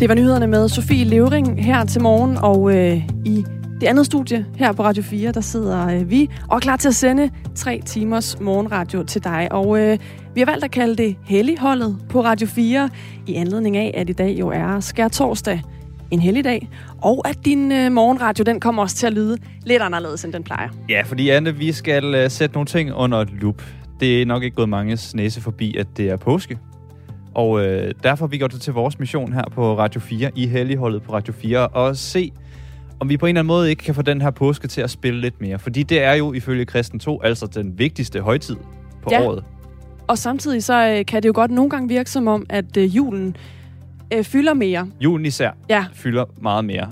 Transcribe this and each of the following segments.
Det var nyhederne med Sofie Levering her til morgen, og i det andet studie her på Radio 4, der sidder vi og er klar til at sende 3 timers morgenradio til dig. Og vi har valgt at kalde det Helligholdet på Radio 4, i anledning af, at i dag jo er skærtorsdag, en helligdag, og at din morgenradio, den kommer også til at lyde lidt anderledes, end den plejer. Ja, fordi Anne, vi skal sætte nogle ting under et lup. Det er nok ikke gået manges næse forbi, at det er påske. Og derfor har vi gjort det til vores mission her på Radio 4, i Helligholdet på Radio 4, og se, om vi på en eller anden måde ikke kan få den her påske til at spille lidt mere. Fordi det er jo ifølge Kristen 2 altså den vigtigste højtid på året. Og samtidig så kan det jo godt nogle gange virke som om, at julen fylder mere. Julen især fylder meget mere.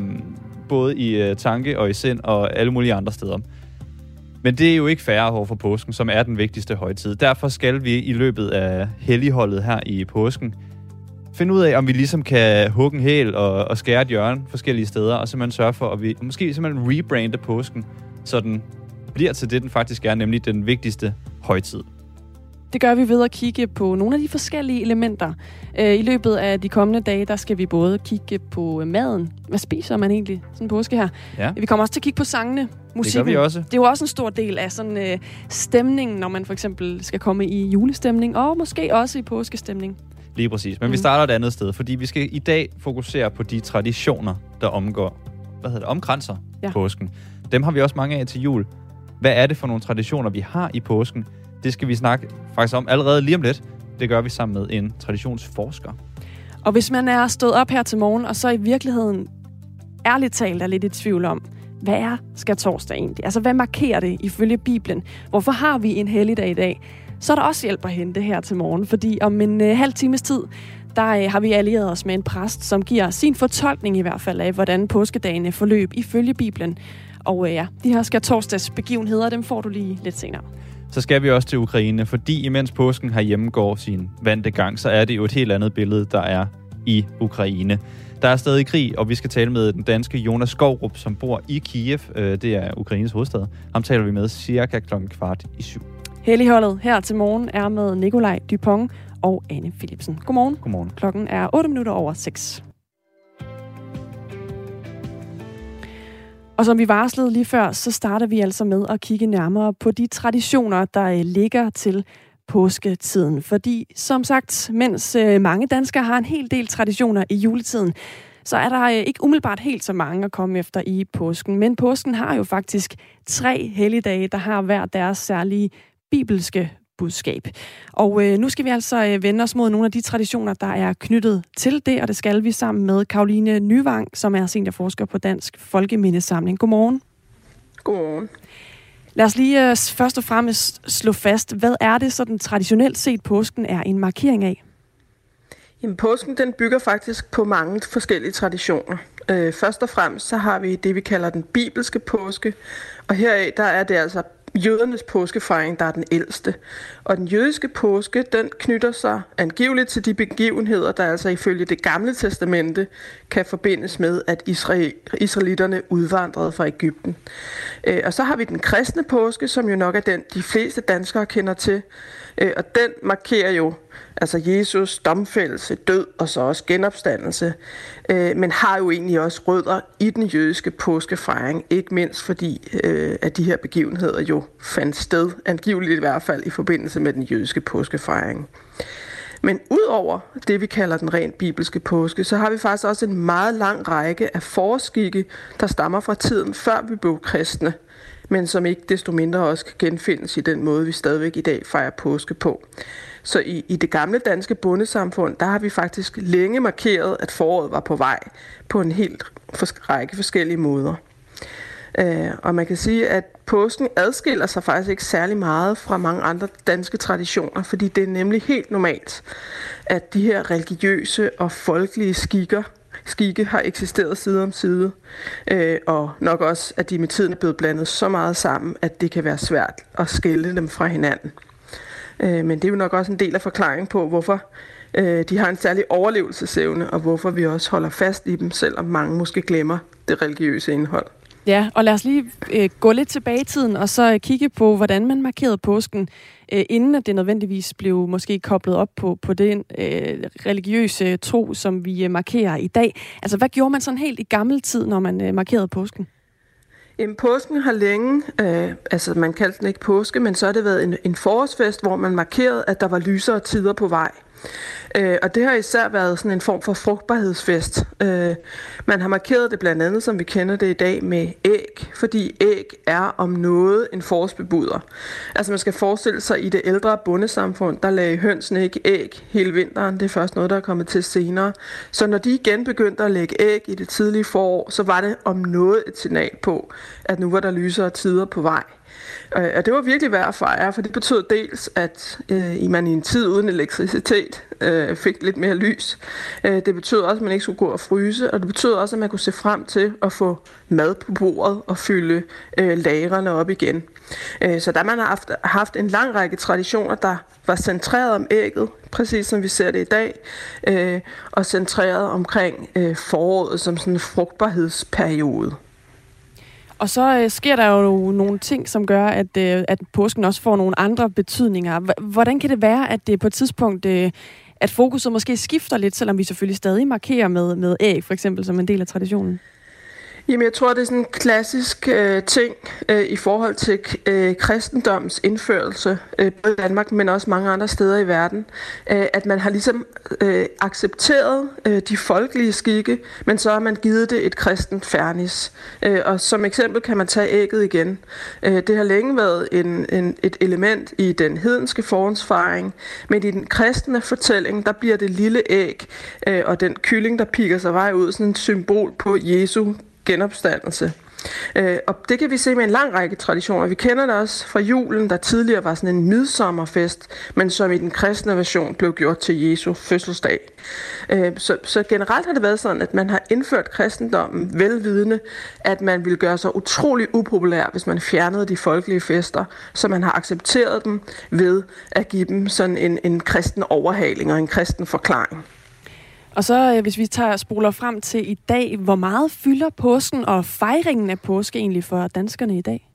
Både i tanke og i sind og alle mulige andre steder. Men det er jo ikke fair over for påsken, som er den vigtigste højtid. Derfor skal vi i løbet af helligholdet her i påsken finde ud af, om vi ligesom kan hugge en hæl og skære et hjørne forskellige steder, og simpelthen sørge for, at vi måske simpelthen rebrande påsken, så den bliver til det, den faktisk er, nemlig den vigtigste højtid. Det gør vi ved at kigge på nogle af de forskellige elementer. I løbet af de kommende dage, der skal vi både kigge på maden. Hvad spiser man egentlig sådan en påske her? Ja. Vi kommer også til at kigge på sangene, musikken. Det gør vi også. Det er jo også en stor del af sådan stemningen, når man for eksempel skal komme i julestemning, og måske også i påskestemning. Lige præcis. Men vi starter et andet sted, fordi vi skal i dag fokusere på de traditioner, der omkranser påsken. Dem har vi også mange af til jul. Hvad er det for nogle traditioner, vi har i påsken? Det skal vi snakke faktisk om allerede lige om lidt. Det gør vi sammen med en traditionsforsker. Og hvis man er stået op her til morgen, og så i virkeligheden ærligt talt er lidt i tvivl om, hvad er skærtorsdag egentlig? Altså, hvad markerer det ifølge Bibelen? Hvorfor har vi en helligdag i dag? Så er der også hjælp at hente her til morgen, fordi om en halv times tid, der har vi allieret os med en præst, som giver sin fortolkning i hvert fald af, hvordan påskedagene forløb ifølge Bibelen. Og de her skærtorsdags begivenheder, dem får du lige lidt senere. Så skal vi også til Ukraine, fordi imens påsken herhjemme går sin vante gang, så er det jo et helt andet billede, der er i Ukraine. Der er stadig krig, og vi skal tale med den danske Jonas Skovrup, som bor i Kiev. Det er Ukraines hovedstad. Ham taler vi med cirka 6:15. Helligholdet her til morgen er med Nikolaj Dupont og Anne Philipsen. Godmorgen. Godmorgen. Klokken er 8:08. Og som vi varslede lige før, så starter vi altså med at kigge nærmere på de traditioner, der ligger til påsketiden. Fordi som sagt, mens mange danskere har en hel del traditioner i juletiden, så er der ikke umiddelbart helt så mange at komme efter i påsken. Men påsken har jo faktisk 3 helligdage, der har hver deres særlige bibelske budskab. Og nu skal vi altså vende os mod nogle af de traditioner, der er knyttet til det, og det skal vi sammen med Caroline Nyvang, som er seniorforsker på Dansk Folkemindesamling. Godmorgen. Godmorgen. Lad os lige først og fremmest slå fast, hvad er det sådan traditionelt set påsken er en markering af? Jamen, påsken den bygger faktisk på mange forskellige traditioner. Først og fremmest så har vi det, vi kalder den bibelske påske, og heraf der er det altså jødernes påskefejring, der er den ældste. Og den jødiske påske, den knytter sig angiveligt til de begivenheder, der altså ifølge det gamle testamente kan forbindes med, at israelitterne udvandrede fra Egypten. Og så har vi den kristne påske, som jo nok er den, de fleste danskere kender til. Og den markerer jo altså Jesus domfældelse, død og så også genopstandelse, men har jo egentlig også rødder i den jødiske påskefejring, ikke mindst fordi at de her begivenheder jo fandt sted, angiveligt i hvert fald i forbindelse med den jødiske påskefejring. Men udover det, vi kalder den rent bibelske påske, så har vi faktisk også en meget lang række af forskikke, der stammer fra tiden før vi blev kristne, men som ikke desto mindre også kan genfindes i den måde, vi stadigvæk i dag fejrer påske på. Så i det gamle danske bondesamfund, der har vi faktisk længe markeret, at foråret var på vej på en helt række forskellige måder. Og man kan sige, at påsken adskiller sig faktisk ikke særlig meget fra mange andre danske traditioner, fordi det er nemlig helt normalt, at de her religiøse og folkelige skikke har eksisteret side om side, og nok også, at de med tiden er blevet blandet så meget sammen, at det kan være svært at skelne dem fra hinanden. Men det er jo nok også en del af forklaringen på, hvorfor de har en særlig overlevelsesevne, og hvorfor vi også holder fast i dem, selvom mange måske glemmer det religiøse indhold. Ja, og lad os lige gå lidt tilbage i tiden, og så kigge på, hvordan man markerede påsken, inden at det nødvendigvis blev måske koblet op på den religiøse tro, som vi markerer i dag. Altså, hvad gjorde man sådan helt i gammel tid, når man markerede påsken? Jamen, påsken har længe, man kaldte den ikke påske, men så har det været en forårsfest, hvor man markerede, at der var lysere tider på vej. Og det har især været sådan en form for frugtbarhedsfest. Man har markeret det blandt andet, som vi kender det i dag, med æg, fordi æg er om noget en forårsbebuder. Altså man skal forestille sig, i det ældre bondesamfund, der lagde hønsene ikke æg hele vinteren. Det er først noget, der er kommet til senere. Så når de igen begyndte at lægge æg i det tidlige forår, så var det om noget et signal på, at nu var der lysere tider på vej. Og det var virkelig værd at fejre, for det betød dels, at man i en tid uden elektricitet fik lidt mere lys. Det betød også, at man ikke skulle gå og fryse, og det betød også, at man kunne se frem til at få mad på bordet og fylde lagrene op igen. Så der man har haft en lang række traditioner, der var centreret om ægget, præcis som vi ser det i dag, og centreret omkring foråret som sådan en frugtbarhedsperiode. Og så sker der jo nogle ting, som gør, at påsken også får nogle andre betydninger. Hvordan kan det være, at det på et tidspunkt, at fokuset måske skifter lidt, selvom vi selvfølgelig stadig markerer med æg, for eksempel, som en del af traditionen? Jamen, jeg tror, det er sådan en klassisk ting i forhold til kristendommens indførelse, både i Danmark, men også mange andre steder i verden, at man har ligesom accepteret de folkelige skikke, men så har man givet det et kristent fernis. Og som eksempel kan man tage ægget igen. Det har længe været et element i den hedenske forårsfejring, men i den kristne fortælling, der bliver det lille æg og den kylling, der pikker sig vej ud, sådan et symbol på Jesu genopstandelse. Og det kan vi se med en lang række traditioner. Vi kender det også fra julen, der tidligere var sådan en midsommerfest, men som i den kristne version blev gjort til Jesu fødselsdag. Så generelt har det været sådan, at man har indført kristendommen velvidende, at man ville gøre sig utrolig upopulær, hvis man fjernede de folkelige fester, så man har accepteret dem ved at give dem sådan en kristen overhaling og en kristen forklaring. Og så hvis vi spoler frem til i dag, hvor meget fylder påsken og fejringen af påske egentlig for danskerne i dag?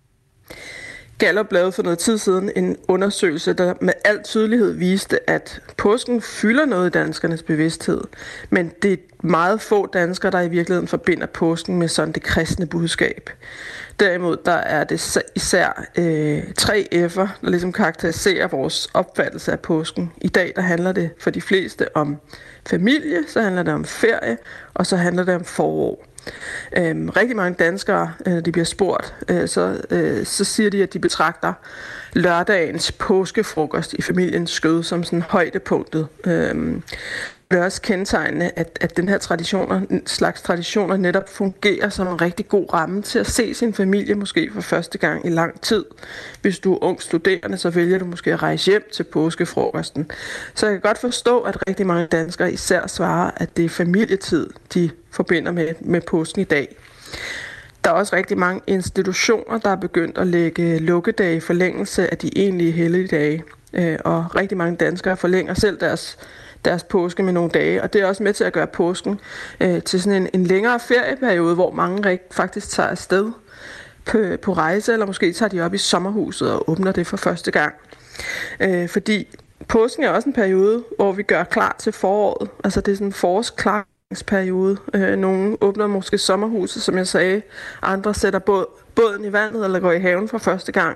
Gallup lavede for noget tid siden en undersøgelse, der med al tydelighed viste, at påsken fylder noget i danskernes bevidsthed. Men det er meget få danskere, der i virkeligheden forbinder påsken med sådan det kristne budskab. Derimod der er det især 3 F'er, der ligesom karakteriserer vores opfattelse af påsken. I dag der handler det for de fleste om familie, så handler det om ferie, og så handler det om forår. Rigtig mange danskere, de bliver spurgt, så siger de, at de betragter lørdagens påskefrokost i familiens skød som sådan højdepunktet. Det er også kendetegnende, at den her slags traditioner netop fungerer som en rigtig god ramme til at se sin familie måske for første gang i lang tid. Hvis du er ung studerende, så vælger du måske at rejse hjem til påskefrokosten. Så jeg kan godt forstå, at rigtig mange danskere især svarer, at det er familietid, de forbinder med påsken i dag. Der er også rigtig mange institutioner, der er begyndt at lægge lukkedage i forlængelse af de egentlige helligdage. Og rigtig mange danskere forlænger selv deres påske med nogle dage, og det er også med til at gøre påsken til sådan en længere ferieperiode, hvor mange faktisk tager afsted på rejse, eller måske tager de op i sommerhuset og åbner det for første gang. Fordi påsken er også en periode, hvor vi gør klar til foråret. Altså det er sådan en forårsklaringsperiode. Nogle åbner måske sommerhuset, som jeg sagde. Andre sætter båden i vandet eller går i haven for første gang.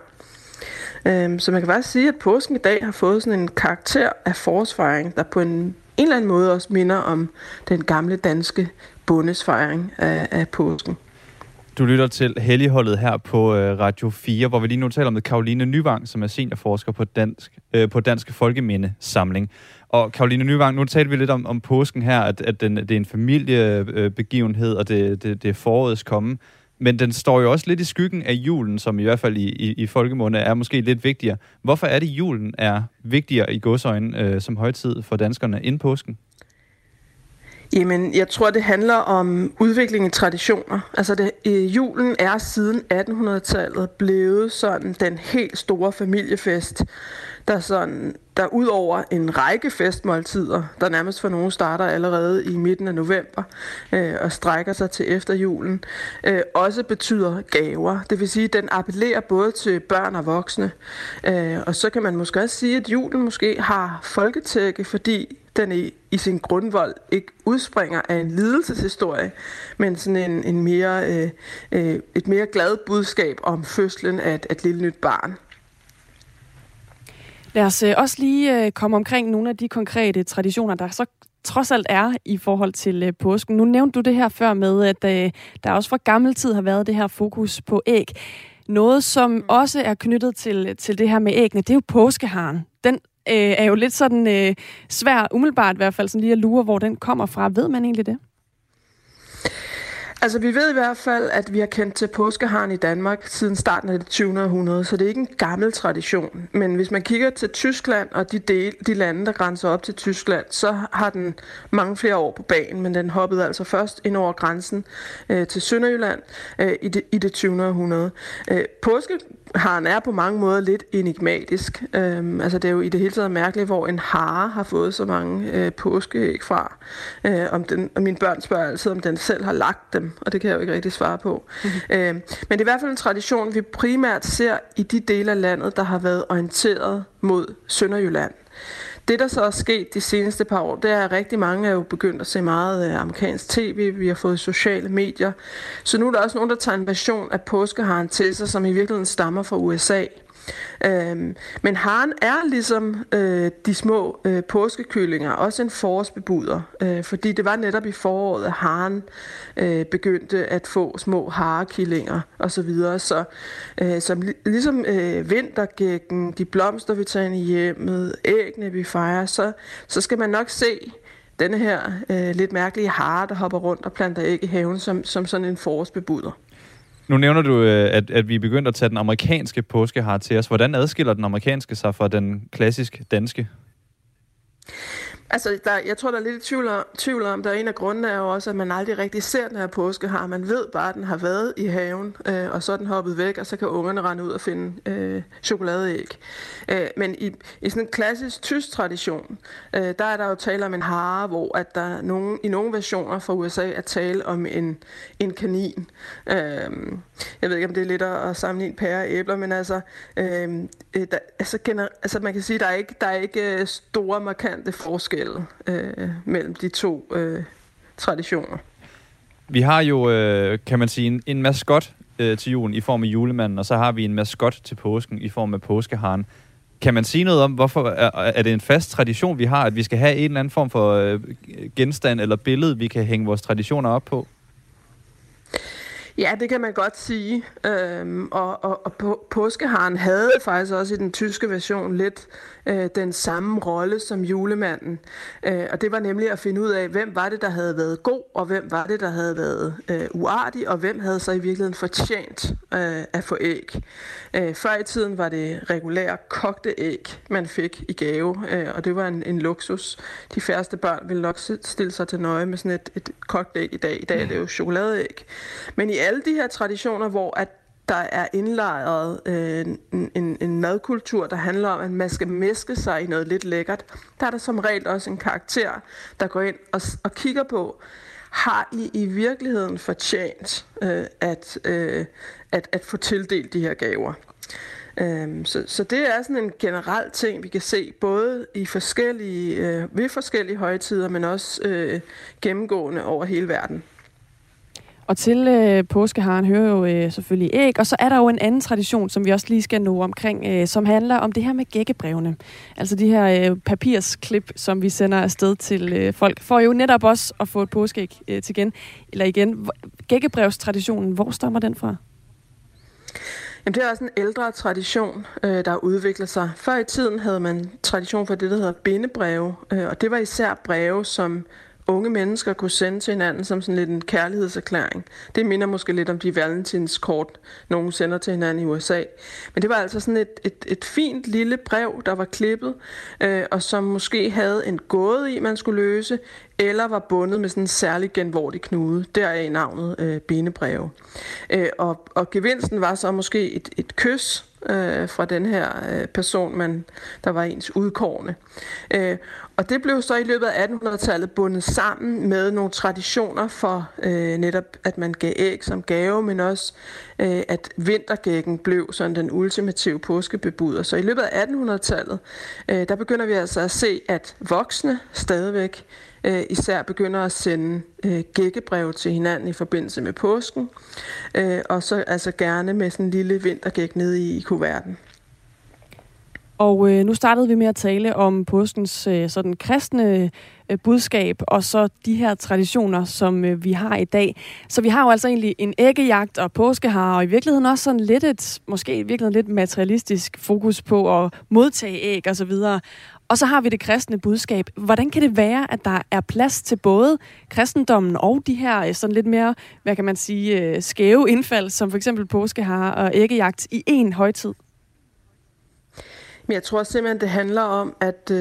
Så man kan bare sige, at påsken i dag har fået sådan en karakter af forårsfejring, der på en eller anden måde også minder om den gamle danske bondesfejring af påsken. Du lytter til Helligholdet her på Radio 4, hvor vi lige nu taler med Caroline Nyvang, som er seniorforsker på Dansk Folkemindesamling. Og Caroline Nyvang, nu talte vi lidt om påsken her, at det er en familiebegivenhed, og det er forårets komme. Men den står jo også lidt i skyggen af julen, som i hvert fald i folkemunde er måske lidt vigtigere. Hvorfor er det, julen er vigtigere i gåseøjne som højtid for danskerne end påsken? Jamen, jeg tror, det handler om udvikling i traditioner. Altså, julen er siden 1800-tallet blevet sådan den helt store familiefest, der ud over en række festmåltider, der nærmest for nogle starter allerede i midten af november og strækker sig til efter julen, også betyder gaver. Det vil sige, at den appellerer både til børn og voksne. Og så kan man måske også sige, at julen måske har folketække, fordi den i sin grundvold ikke udspringer af en lidelseshistorie, men sådan et mere glad budskab om fødslen af et lille nyt barn. Lad os også lige komme omkring nogle af de konkrete traditioner, der så trods alt er i forhold til påsken. Nu nævnte du det her før med, at der også fra gammel tid har været det her fokus på æg. Noget, som også er knyttet til det her med æggene, det er jo påskeharen. Den er jo lidt sådan svær, umiddelbart i hvert fald, sådan lige at lure, hvor den kommer fra. Ved man egentlig det? Altså, vi ved i hvert fald, at vi har kendt til påskeharen i Danmark siden starten af det 20. århundrede, så det er ikke en gammel tradition. Men hvis man kigger til Tyskland og de lande, der grænser op til Tyskland, så har den mange flere år på bagen, men den hoppede altså først ind over grænsen til Sønderjylland i det 20. århundrede. Påskeharen er på mange måder lidt enigmatisk. Altså, det er jo i det hele taget mærkeligt, hvor en hare har fået så mange påskeæg fra. Og mine børn spørger altid, om den selv har lagt dem, og det kan jeg jo ikke rigtig svare på. Men det er i hvert fald en tradition, vi primært ser i de dele af landet, der har været orienteret mod Sønderjylland. Det, der så er sket de seneste par år, det er, at rigtig mange er jo begyndt at se meget amerikansk tv. Vi har fået sociale medier. Så nu er der også nogen, der tager en version af påskeharen til sig, som i virkeligheden stammer fra USA. Men haren er ligesom de små påskekyllinger også en forårsbebuder, fordi det var netop i foråret, at haren begyndte at få små harekillinger osv. Så som ligesom vintergækken, de blomster, vi tager ind i hjemmet, æggene, vi fejrer, så skal man nok se denne her lidt mærkelige hare, der hopper rundt og planter æg i haven, som sådan en forårsbebuder. Nu nævner du, at vi er begyndt at tage den amerikanske påskehare til os. Hvordan adskiller den amerikanske sig fra den klassisk danske? Altså, jeg tror, der er lidt tvivl om, der er en af grundene er jo også, at man aldrig rigtig ser den her påskehare. Man ved bare, at den har været i haven, og så er den hoppet væk, og så kan ungerne rende ud og finde chokoladeæg. Men i sådan en klassisk tysk tradition, der er der jo tale om en hare, hvor at der i nogle versioner fra USA er tale om en kanin. Jeg ved ikke, om det er lidt at sammenligne pærer og æbler, men altså man kan sige, at der er ikke store, markante forskelle mellem de to traditioner. Vi har jo, kan man sige, en maskot til julen i form af julemanden, og så har vi en maskot til påsken i form af påskeharen. Kan man sige noget om, hvorfor er det en fast tradition, vi har, at vi skal have en eller anden form for genstand eller billede, vi kan hænge vores traditioner op på? Ja, det kan man godt sige. Og påskeharen havde faktisk også i den tyske version lidt den samme rolle som julemanden. Og det var nemlig at finde ud af, hvem var det, der havde været god, og hvem var det, der havde været uartig, og hvem havde så i virkeligheden fortjent at få æg. Før i tiden var det regulære kogte æg, man fik i gave, og det var en luksus. De færreste børn ville nok stille sig til nøje med sådan et kogt æg i dag. I dag er det jo chokoladeæg. Men i alle de her traditioner, hvor at der er indlejret en madkultur, der handler om, at man skal mæske sig i noget lidt lækkert, der er der som regel også en karakter, der går ind og kigger på, har I virkeligheden fortjent at få tildelt de her gaver? Så det er sådan en generel ting, vi kan se, både i ved forskellige højtider, men også gennemgående over hele verden. Og til påskeharen hører jo selvfølgelig æg, og så er der jo en anden tradition, som vi også lige skal nå omkring, som handler om det her med gækkebrevene. Altså de her papirsklip, som vi sender afsted til folk, for jo netop også at få et påskeæg igen. Gækkebrevstraditionen, hvor stammer den fra? Jamen, det er også en ældre tradition, der udvikler sig. Før i tiden havde man tradition for det, der hedder bindebreve, og det var især breve, som unge mennesker kunne sende til hinanden som sådan lidt en kærlighedserklæring. Det minder måske lidt om de valentinskort, nogen sender til hinanden i USA. Men det var altså sådan et fint lille brev, der var klippet, og som måske havde en gåde i, man skulle løse, eller var bundet med sådan en særlig genvordig knude. Deraf navnet bindebreve. Og gevinsten var så måske et kys fra den her person, der var ens udkårne. Og det blev så i løbet af 1800-tallet bundet sammen med nogle traditioner for netop, at man gav æg som gave, men også at vintergækken blev sådan den ultimative påskebebuder. Så i løbet af 1800-tallet, der begynder vi altså at se, at voksne stadigvæk især begynder at sende gækkebreve til hinanden i forbindelse med påsken, og så altså gerne med sådan en lille vintergæk nede i kuverten. Og nu startede vi med at tale om påskens sådan kristne budskab, og så de her traditioner, som vi har i dag. Så vi har jo altså egentlig en æggejagt og påskehare, og i virkeligheden også sådan lidt materialistisk fokus på at modtage æg og så videre. Og så har vi det kristne budskab. Hvordan kan det være, at der er plads til både kristendommen og de her sådan lidt mere, hvad kan man sige, skæve indfald, som for eksempel påskehare og æggejagt i én højtid? Men jeg tror simpelthen, det handler om,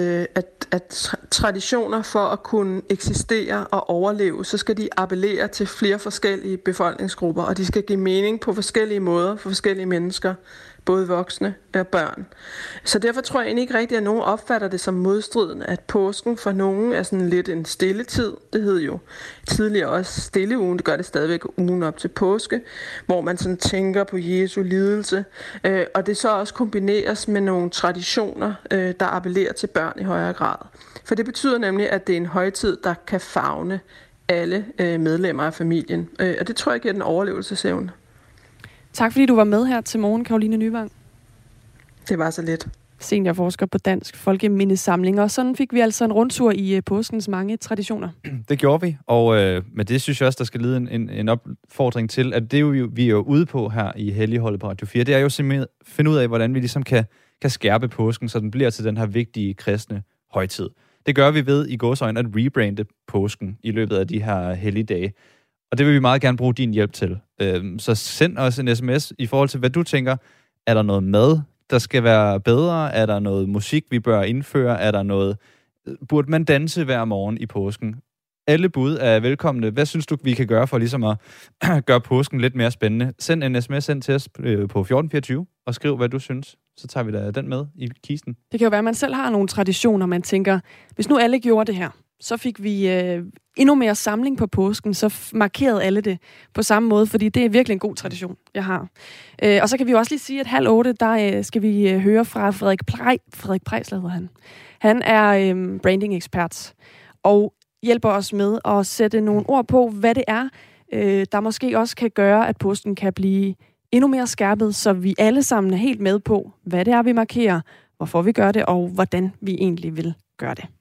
at traditioner for at kunne eksistere og overleve, så skal de appellere til flere forskellige befolkningsgrupper, og de skal give mening på forskellige måder for forskellige mennesker, både voksne og børn. Så derfor tror jeg egentlig ikke rigtigt, at nogen opfatter det som modstridende, at påsken for nogen er sådan lidt en stille tid. Det hed jo tidligere også stilleugen, det gør det stadigvæk ugen op til påske, hvor man sådan tænker på Jesu lidelse, og det så også kombineres med nogle traditioner, der appellerer til børn i højere grad. For det betyder nemlig, at det er en højtid, der kan favne alle medlemmer af familien, og det tror jeg giver den overlevelsesevne. Tak fordi du var med her til morgen, Caroline Nyvang. Det var så lidt. Seniorforsker på Dansk Folkemindesamling, og sådan fik vi altså en rundtur i påskens mange traditioner. Det gjorde vi, og med det synes jeg også, der skal lyde en opfordring til, at det jo, vi er jo ude på her i Helligholdet på Radio 4, det er jo simpelthen at finde ud af, hvordan vi ligesom kan skærpe påsken, så den bliver til den her vigtige kristne højtid. Det gør vi ved i gåseøjne at rebrande påsken i løbet af de her helligdage. Og det vil vi meget gerne bruge din hjælp til. Så send os en sms i forhold til, hvad du tænker. Er der noget mad, der skal være bedre? Er der noget musik, vi bør indføre? Er der noget... Burde man danse hver morgen i påsken? Alle bud er velkomne. Hvad synes du, vi kan gøre for ligesom at gøre påsken lidt mere spændende? Send en sms til os på 1424 og skriv, hvad du synes. Så tager vi da den med i kisten. Det kan jo være, at man selv har nogle traditioner, man tænker, hvis nu alle gjorde det her, så fik vi endnu mere samling på påsken, så markerede alle det på samme måde, fordi det er virkelig en god tradition, jeg har. Og så kan vi jo også lige sige, at 7:30, der skal vi høre fra Frederik Prejsler hedder han. Han er branding-ekspert, og hjælper os med at sætte nogle ord på, hvad det er, der måske også kan gøre, at påsken kan blive endnu mere skærpet, så vi alle sammen er helt med på, hvad det er, vi markerer, hvorfor vi gør det, og hvordan vi egentlig vil gøre det.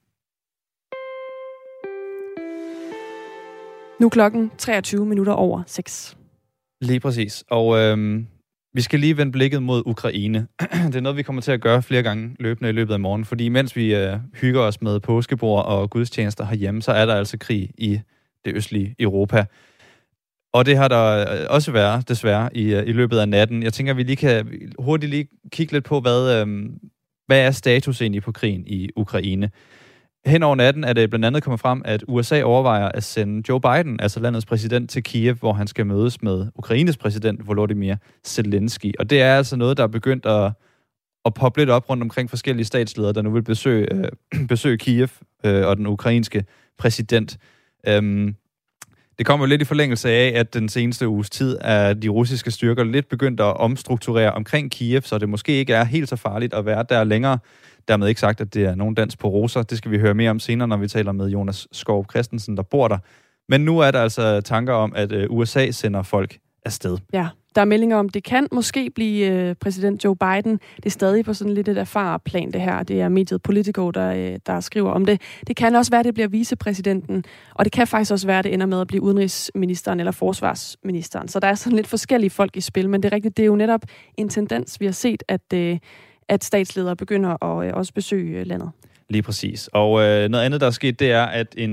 Nu klokken 6:23. Lige præcis. Og vi skal lige vende blikket mod Ukraine. Det er noget, vi kommer til at gøre flere gange løbende i løbet af morgen, fordi mens vi hygger os med påskebord og gudstjenester herhjemme, så er der altså krig i det østlige Europa. Og det har der også været, desværre, i løbet af natten. Jeg tænker, at vi lige kan hurtigt kigge lidt på, hvad er status egentlig på krigen i Ukraine. Hen over natten er det blandt andet kommet frem, at USA overvejer at sende Joe Biden, altså landets præsident, til Kiev, hvor han skal mødes med Ukraines præsident, Volodymyr Zelensky. Og det er altså noget, der er begyndt at poppe lidt op rundt omkring forskellige statsledere, der nu vil besøge Kiev og den ukrainske præsident. Det kommer jo lidt i forlængelse af, at den seneste uges tid er de russiske styrker lidt begyndt at omstrukturere omkring Kiev, så det måske ikke er helt så farligt at være der længere. Dermed ikke sagt, at det er nogen dans på roser. Det skal vi høre mere om senere, når vi taler med Jonas Skov Christensen, der bor der. Men nu er der altså tanker om, at USA sender folk afsted. Ja, der er meldinger om, det kan måske blive præsident Joe Biden. Det er stadig på sådan lidt et erfareplan, det her. Det er mediet Politico, der skriver om det. Det kan også være, at det bliver vicepræsidenten, og det kan faktisk også være, at det ender med at blive udenrigsministeren eller forsvarsministeren. Så der er sådan lidt forskellige folk i spil, men det er rigtigt, det er jo netop en tendens, vi har set, at statsledere begynder at også besøge landet. Lige præcis. Og noget andet, der er sket, det er, at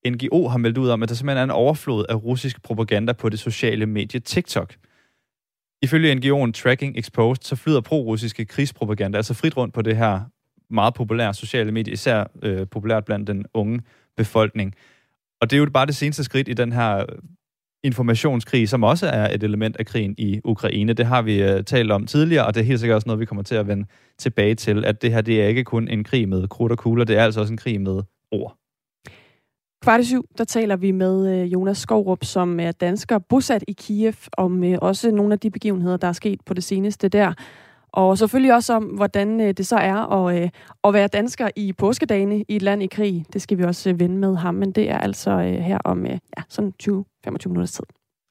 NGO har meldt ud om, at der simpelthen er en overflod af russisk propaganda på det sociale medie TikTok. Ifølge NGO'en Tracking Exposed, så flyder pro-russiske krigspropaganda altså frit rundt på det her meget populære sociale medie, især populært blandt den unge befolkning. Og det er jo bare det seneste skridt i den her informationskrig, som også er et element af krigen i Ukraine. Det har vi talt om tidligere, og det er helt sikkert også noget, vi kommer til at vende tilbage til, at det her, det er ikke kun en krig med krudt og kugler, det er altså også en krig med ord. 7:15, der taler vi med Jonas Skovrup, som er dansker bosat i Kiev, om også nogle af de begivenheder, der er sket på det seneste der. Og selvfølgelig også om, hvordan det så er at være dansker i påskedagene i et land i krig. Det skal vi også vende med ham, men det er altså her om sådan 20-25 minutters tid.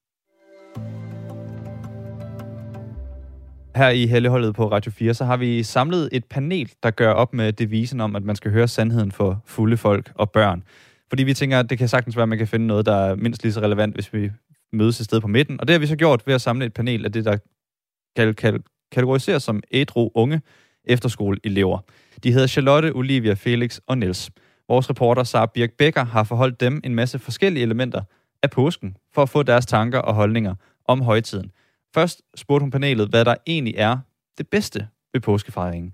Her i Helligholdet på Radio 4, så har vi samlet et panel, der gør op med devisen om, at man skal høre sandheden for fulde folk og børn. Fordi vi tænker, at det kan sagtens være, at man kan finde noget, der er mindst lige så relevant, hvis vi mødes et sted på midten. Og det har vi så gjort ved at samle et panel af det, der kategoriseres som ædru unge efterskoleelever. De hedder Charlotte, Olivia, Felix og Niels. Vores reporter Sara Birk Becker har forholdt dem en masse forskellige elementer af påsken, for at få deres tanker og holdninger om højtiden. Først spurgte hun panelet, hvad der egentlig er det bedste ved påskefejringen.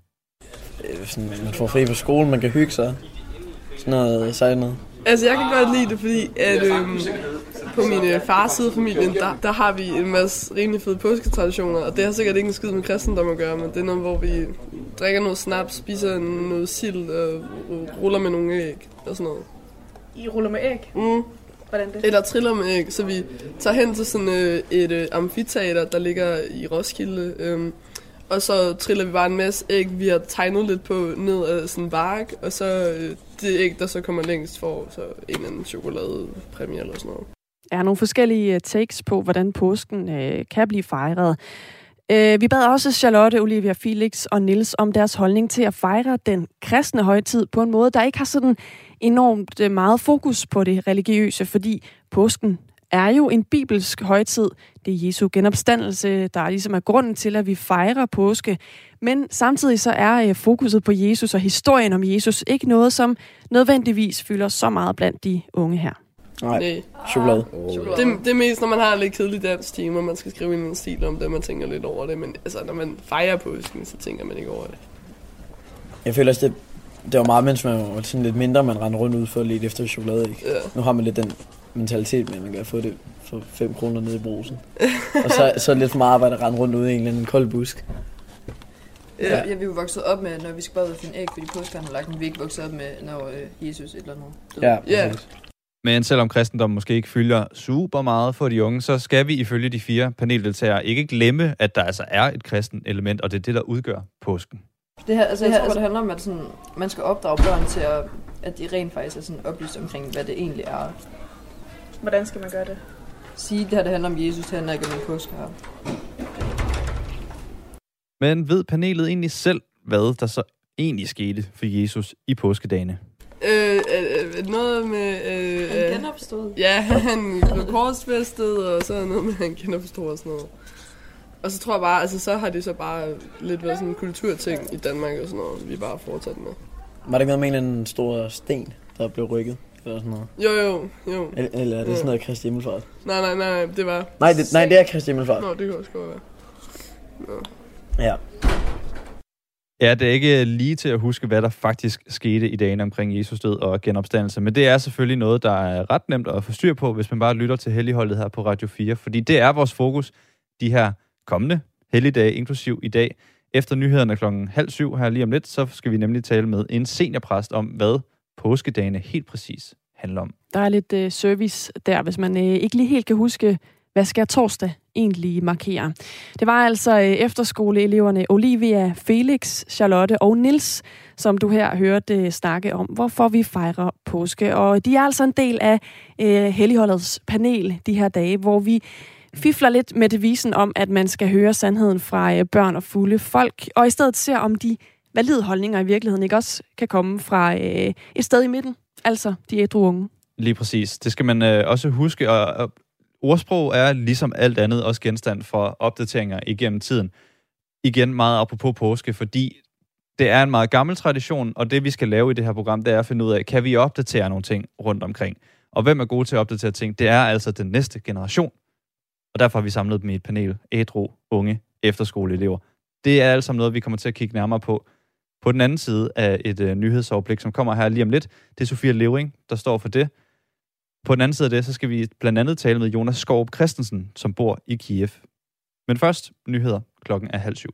Man får fri fra skolen, man kan hygge sig. Sådan noget sejt noget. Altså, jeg kan godt lide det, fordi at, på min fars side af familien, der har vi en masse rimelig fede påsketraditioner, og det har sikkert ikke en skid med kristendom at gøre, men det er noget, hvor vi drikker noget snaps, spiser noget sild og ruller med nogle æg og sådan noget. I ruller med æg? Mm. Hvordan det? Eller triller med æg, så vi tager hen til sådan et amfiteater, der ligger i Roskilde, og så triller vi bare en masse æg, vi har tegnet lidt på ned af sådan en bark, og så det æg, der så kommer længst, får så en eller anden chokoladepræmie eller sådan noget. Der er nogle forskellige takes på, hvordan påsken kan blive fejret. Vi bad også Charlotte, Olivia, Felix og Niels om deres holdning til at fejre den kristne højtid på en måde, der ikke har sådan enormt meget fokus på det religiøse, fordi påsken er jo en bibelsk højtid. Det er Jesu genopstandelse, der ligesom er grunden til, at vi fejrer påske. Men samtidig så er fokuset på Jesus og historien om Jesus ikke noget, som nødvendigvis fylder så meget blandt de unge her. Nej, chokolade. Det er mest, når man har lidt kedelig dansk time, og man skal skrive en stil om det, man tænker lidt over det. Men altså, når man fejrer påsken, så tænker man ikke over det. Jeg føler også, det var meget, mens man var sådan lidt mindre, man rendte rundt ud for lidt efter chokolade, ikke? Ja. Nu har man lidt den mentalitet med, at man kan få det for 5 kroner nede i brusen. Og så er det lidt for meget arbejde at rende rundt ude i en eller anden kold busk. Ja, vi er jo vokset op med, når vi skal bare ud og finde æg, fordi påsken har lagt, men vi er ikke vokset op med, når Jesus et eller andet. Ja. Men selvom kristendommen måske ikke fylder super meget for de unge, så skal vi ifølge de 4 paneldeltagere ikke glemme, at der altså er et kristen element, og det er det, der udgør påsken. Det her, altså, det handler om, at sådan, man skal opdrage børn til, at de rent faktisk er sådan oplyst omkring, hvad det egentlig er. Hvordan skal man gøre det? Sige, det handler om Jesus, det handler ikke om en påske her. Men ved panelet egentlig selv, hvad der så egentlig skete for Jesus i påskedagene? Noget med... han genopstod. Ja, han blev korsfæstet, og så noget med, han genopstod og sådan noget. Og så tror jeg bare, altså så har det så bare lidt været sådan en kulturting i Danmark og sådan noget, vi bare fortsat med. Var det ikke noget med en stor sten, der blev rykket? Eller sådan noget? Jo. Eller er det sådan noget Kristi Himmelfart? Nej, det var... Nej, det er Kristi Himmelfart. Nå, det kan også godt være. Nå. Ja. Ja, det er ikke lige til at huske, hvad der faktisk skete i dagene omkring Jesus død og genopstandelse, men det er selvfølgelig noget, der er ret nemt at få styr på, hvis man bare lytter til Helligholdet her på Radio 4, fordi det er vores fokus de her kommende helligdage, inklusiv i dag. Efter nyhederne 6:30 her lige om lidt, så skal vi nemlig tale med en seniorpræst om, hvad påskedagene helt præcis handler om. Der er lidt service der, hvis man ikke lige helt kan huske, hvad skal torsdag egentlig markere. Det var altså efterskoleeleverne Olivia, Felix, Charlotte og Niels, som du her hørte snakke om, hvorfor vi fejrer påske. Og de er altså en del af Helligholdets panel de her dage, hvor vi fifler lidt med devisen om, at man skal høre sandheden fra børn og fulde folk, og i stedet ser om de valide holdninger i virkeligheden ikke også kan komme fra et sted i midten, altså de ædru unge. Lige præcis. Det skal man også huske, og ordsprog er ligesom alt andet også genstand for opdateringer igennem tiden. Igen meget apropos påske, fordi det er en meget gammel tradition, og det vi skal lave i det her program, det er at finde ud af, kan vi opdatere nogle ting rundt omkring. Og hvem er gode til at opdatere ting? Det er altså den næste generation. Og derfor har vi samlet dem i et panel ædru unge efterskoleelever. Det er altså noget, vi kommer til at kigge nærmere på den anden side af et nyhedsoverblik, som kommer her lige om lidt. Det er Sofia Levering, der står for det. På den anden side af det, så skal vi blandt andet tale med Jonas Skov Christensen, som bor i Kiev. Men først nyheder. Klokken er 6:30.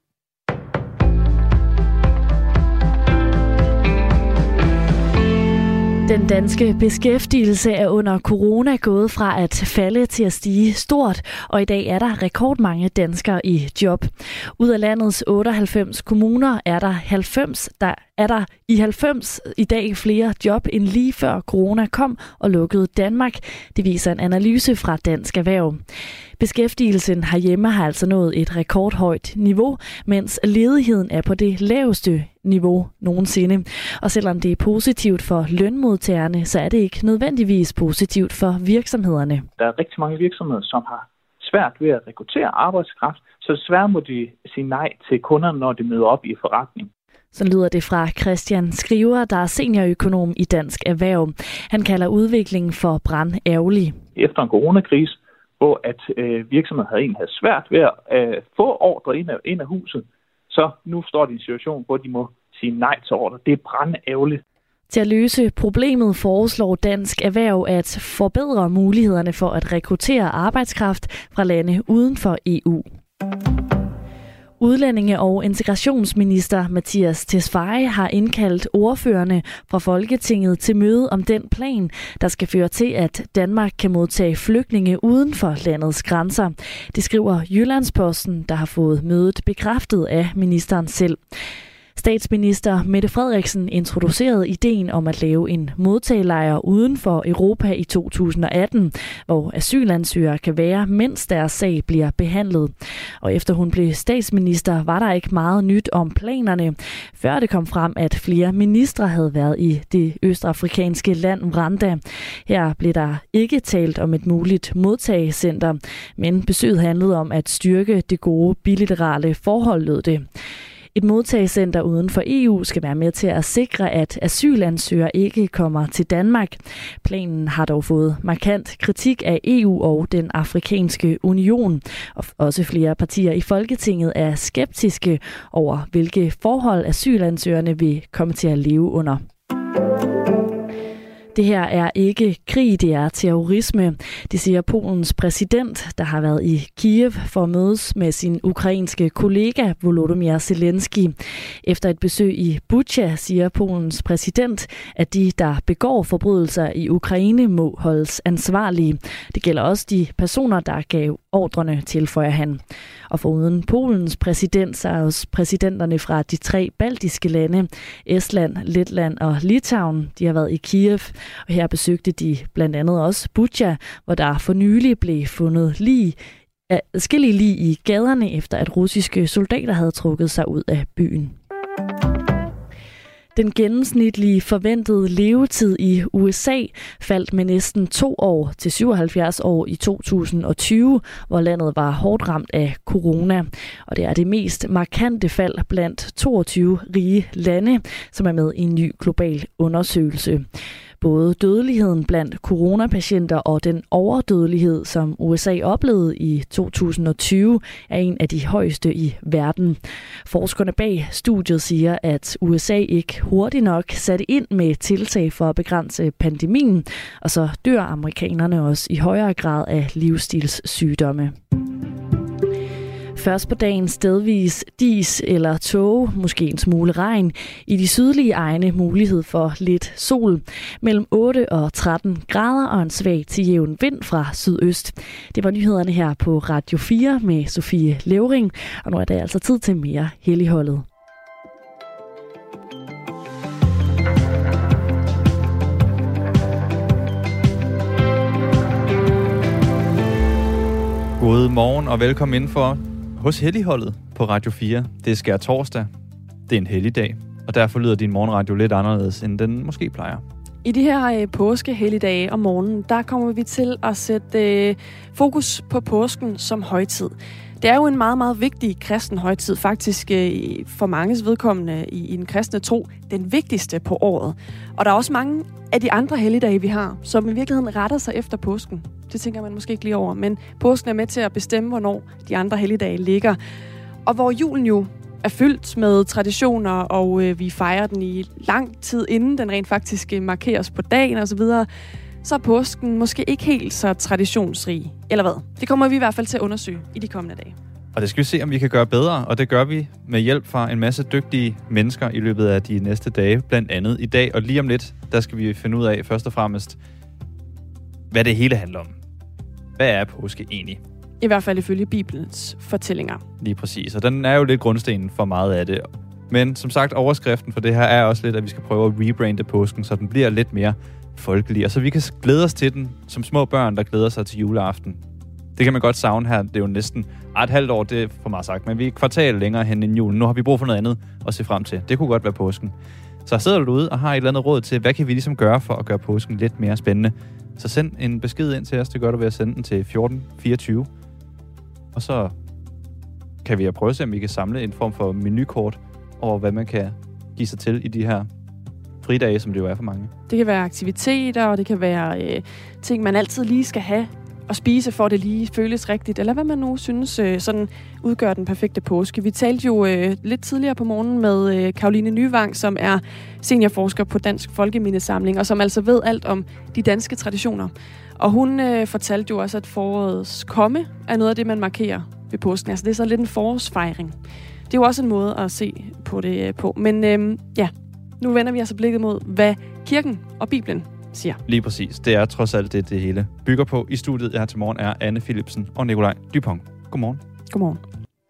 Den danske beskæftigelse er under corona gået fra at falde til at stige stort, og i dag er der rekordmange danskere i job. Ud af landets 98 kommuner er der 90 i dag flere job end lige før corona kom og lukkede Danmark. Det viser en analyse fra Dansk Erhverv. Beskæftigelsen herhjemme har altså nået et rekordhøjt niveau, mens ledigheden er på det laveste niveau nogensinde. Og selvom det er positivt for lønmodtagerne, så er det ikke nødvendigvis positivt for virksomhederne. Der er rigtig mange virksomheder, som har svært ved at rekruttere arbejdskraft, så desværre må de sige nej til kunderne, når de møder op i forretning. Så lyder det fra Christian Skriver, der er seniorøkonom i Dansk Erhverv. Han kalder udviklingen for brandærgerlig. Efter en coronakrise, hvor at virksomheder havde svært ved at få ordre ind af huset, så nu står de i en situation, hvor de må sige nej til ordre. Det er brandærgerligt. Til at løse problemet foreslår Dansk Erhverv at forbedre mulighederne for at rekruttere arbejdskraft fra lande uden for EU. Udlændinge- og integrationsminister Mattias Tesfaye har indkaldt ordførerne fra Folketinget til møde om den plan, der skal føre til, at Danmark kan modtage flygtninge uden for landets grænser. Det skriver Jyllandsposten, der har fået mødet bekræftet af ministeren selv. Statsminister Mette Frederiksen introducerede ideen om at lave en modtagelejr uden for Europa i 2018, hvor asylansøgere kan være, mens deres sag bliver behandlet. Og efter hun blev statsminister, var der ikke meget nyt om planerne, før det kom frem, at flere ministre havde været i det østafrikanske land Rwanda. Her blev der ikke talt om et muligt modtagecenter, men besøget handlede om at styrke det gode bilaterale forhold, lød det. Et modtagecenter uden for EU skal være med til at sikre, at asylansøgere ikke kommer til Danmark. Planen har dog fået markant kritik af EU og den afrikanske union. Og også flere partier i Folketinget er skeptiske over, hvilke forhold asylansøgerne vil komme til at leve under. Det her er ikke krig, det er terrorisme. Det siger Polens præsident, der har været i Kiev for at mødes med sin ukrainske kollega Volodymyr Zelensky. Efter et besøg i Bucha siger Polens præsident, at de, der begår forbrydelser i Ukraine, må holdes ansvarlige. Det gælder også de personer, der gav ordrene, tilføjer han. Og foruden Polens præsident, så er også præsidenterne fra de 3 baltiske lande, Estland, Letland og Litauen, de har været i Kiev. Og her besøgte de blandt andet også Bucha, hvor der for nylig blev fundet adskillige lig i gaderne, efter at russiske soldater havde trukket sig ud af byen. Den gennemsnitlige forventede levetid i USA faldt med næsten 2 år til 77 år i 2020, hvor landet var hårdt ramt af corona. Og det er det mest markante fald blandt 22 rige lande, som er med i en ny global undersøgelse. Både dødeligheden blandt coronapatienter og den overdødelighed, som USA oplevede i 2020, er en af de højeste i verden. Forskerne bag studiet siger, at USA ikke hurtigt nok satte ind med tiltag for at begrænse pandemien, og så dør amerikanerne også i højere grad af livsstilssygdomme. Først på dagen stedvis dis eller tåge, måske en smule regn. I de sydlige egne mulighed for lidt sol. Mellem 8 og 13 grader og en svag til jævn vind fra sydøst. Det var nyhederne her på Radio 4 med Sofie Levering. Og nu er det altså tid til mere Helligholdet. God morgen og velkommen indenfor hos Helligholdet på Radio 4. Det er skærtorsdag. Det er en helligdag, og derfor lyder din morgenradio lidt anderledes, end den måske plejer. I de her påskehelligdage om morgenen, der kommer vi til at sætte fokus på påsken som højtid. Det er jo en meget, meget vigtig kristen højtid, faktisk for manges vedkommende i den kristne tro, den vigtigste på året. Og der er også mange af de andre helligdage, vi har, som i virkeligheden retter sig efter påsken. Det tænker man måske ikke lige over, men påsken er med til at bestemme, hvornår de andre helligdage ligger. Og hvor julen jo er fyldt med traditioner, og vi fejrer den i lang tid, inden den rent faktisk markeres på dagen osv., så er påsken måske ikke helt så traditionsrig. Eller hvad? Det kommer vi i hvert fald til at undersøge i de kommende dage. Og det skal vi se, om vi kan gøre bedre, og det gør vi med hjælp fra en masse dygtige mennesker i løbet af de næste dage, blandt andet i dag. Og lige om lidt, der skal vi finde ud af først og fremmest, hvad det hele handler om. Hvad er påske egentlig? I hvert fald ifølge Bibelens fortællinger. Lige præcis, og den er jo lidt grundstenen for meget af det. Men som sagt, overskriften for det her er også lidt, at vi skal prøve at rebrande påsken, så den bliver lidt mere folkelig, og så vi kan glæde os til den som små børn, der glæder sig til juleaften. Det kan man godt savne her. Det er jo næsten et halvt år, det er for meget sagt, men vi er et kvartal længere hen end julen. Nu har vi brug for noget andet at se frem til. Det kunne godt være påsken. Så sidder du derude og har et eller andet råd til, hvad kan vi ligesom gøre for at gøre påsken lidt mere spændende? Så send en besked ind til os. Det gør du ved at sende den til 1424. Og så kan vi prøve at se, om vi kan samle en form for menukort over, hvad man kan give sig til i de her fridage, som det jo er for mange. Det kan være aktiviteter, og det kan være ting, man altid lige skal have og spise, for at det lige føles rigtigt, eller hvad man nu synes sådan udgør den perfekte påske. Vi talte jo lidt tidligere på morgenen med Caroline Nyvang, som er seniorforsker på Dansk Folkemindesamling, og som altså ved alt om de danske traditioner. Og hun fortalte jo også, at forårets komme er noget af det, man markerer ved påsken. Altså det er så lidt en forårsfejring. Det er jo også en måde at se på det på. Men nu vender vi altså blikket mod, hvad kirken og Bibelen siger. Lige præcis. Det er trods alt det hele bygger på. I studiet her til morgen er Anne Philipsen og Nikolaj Dupont. Godmorgen. Godmorgen.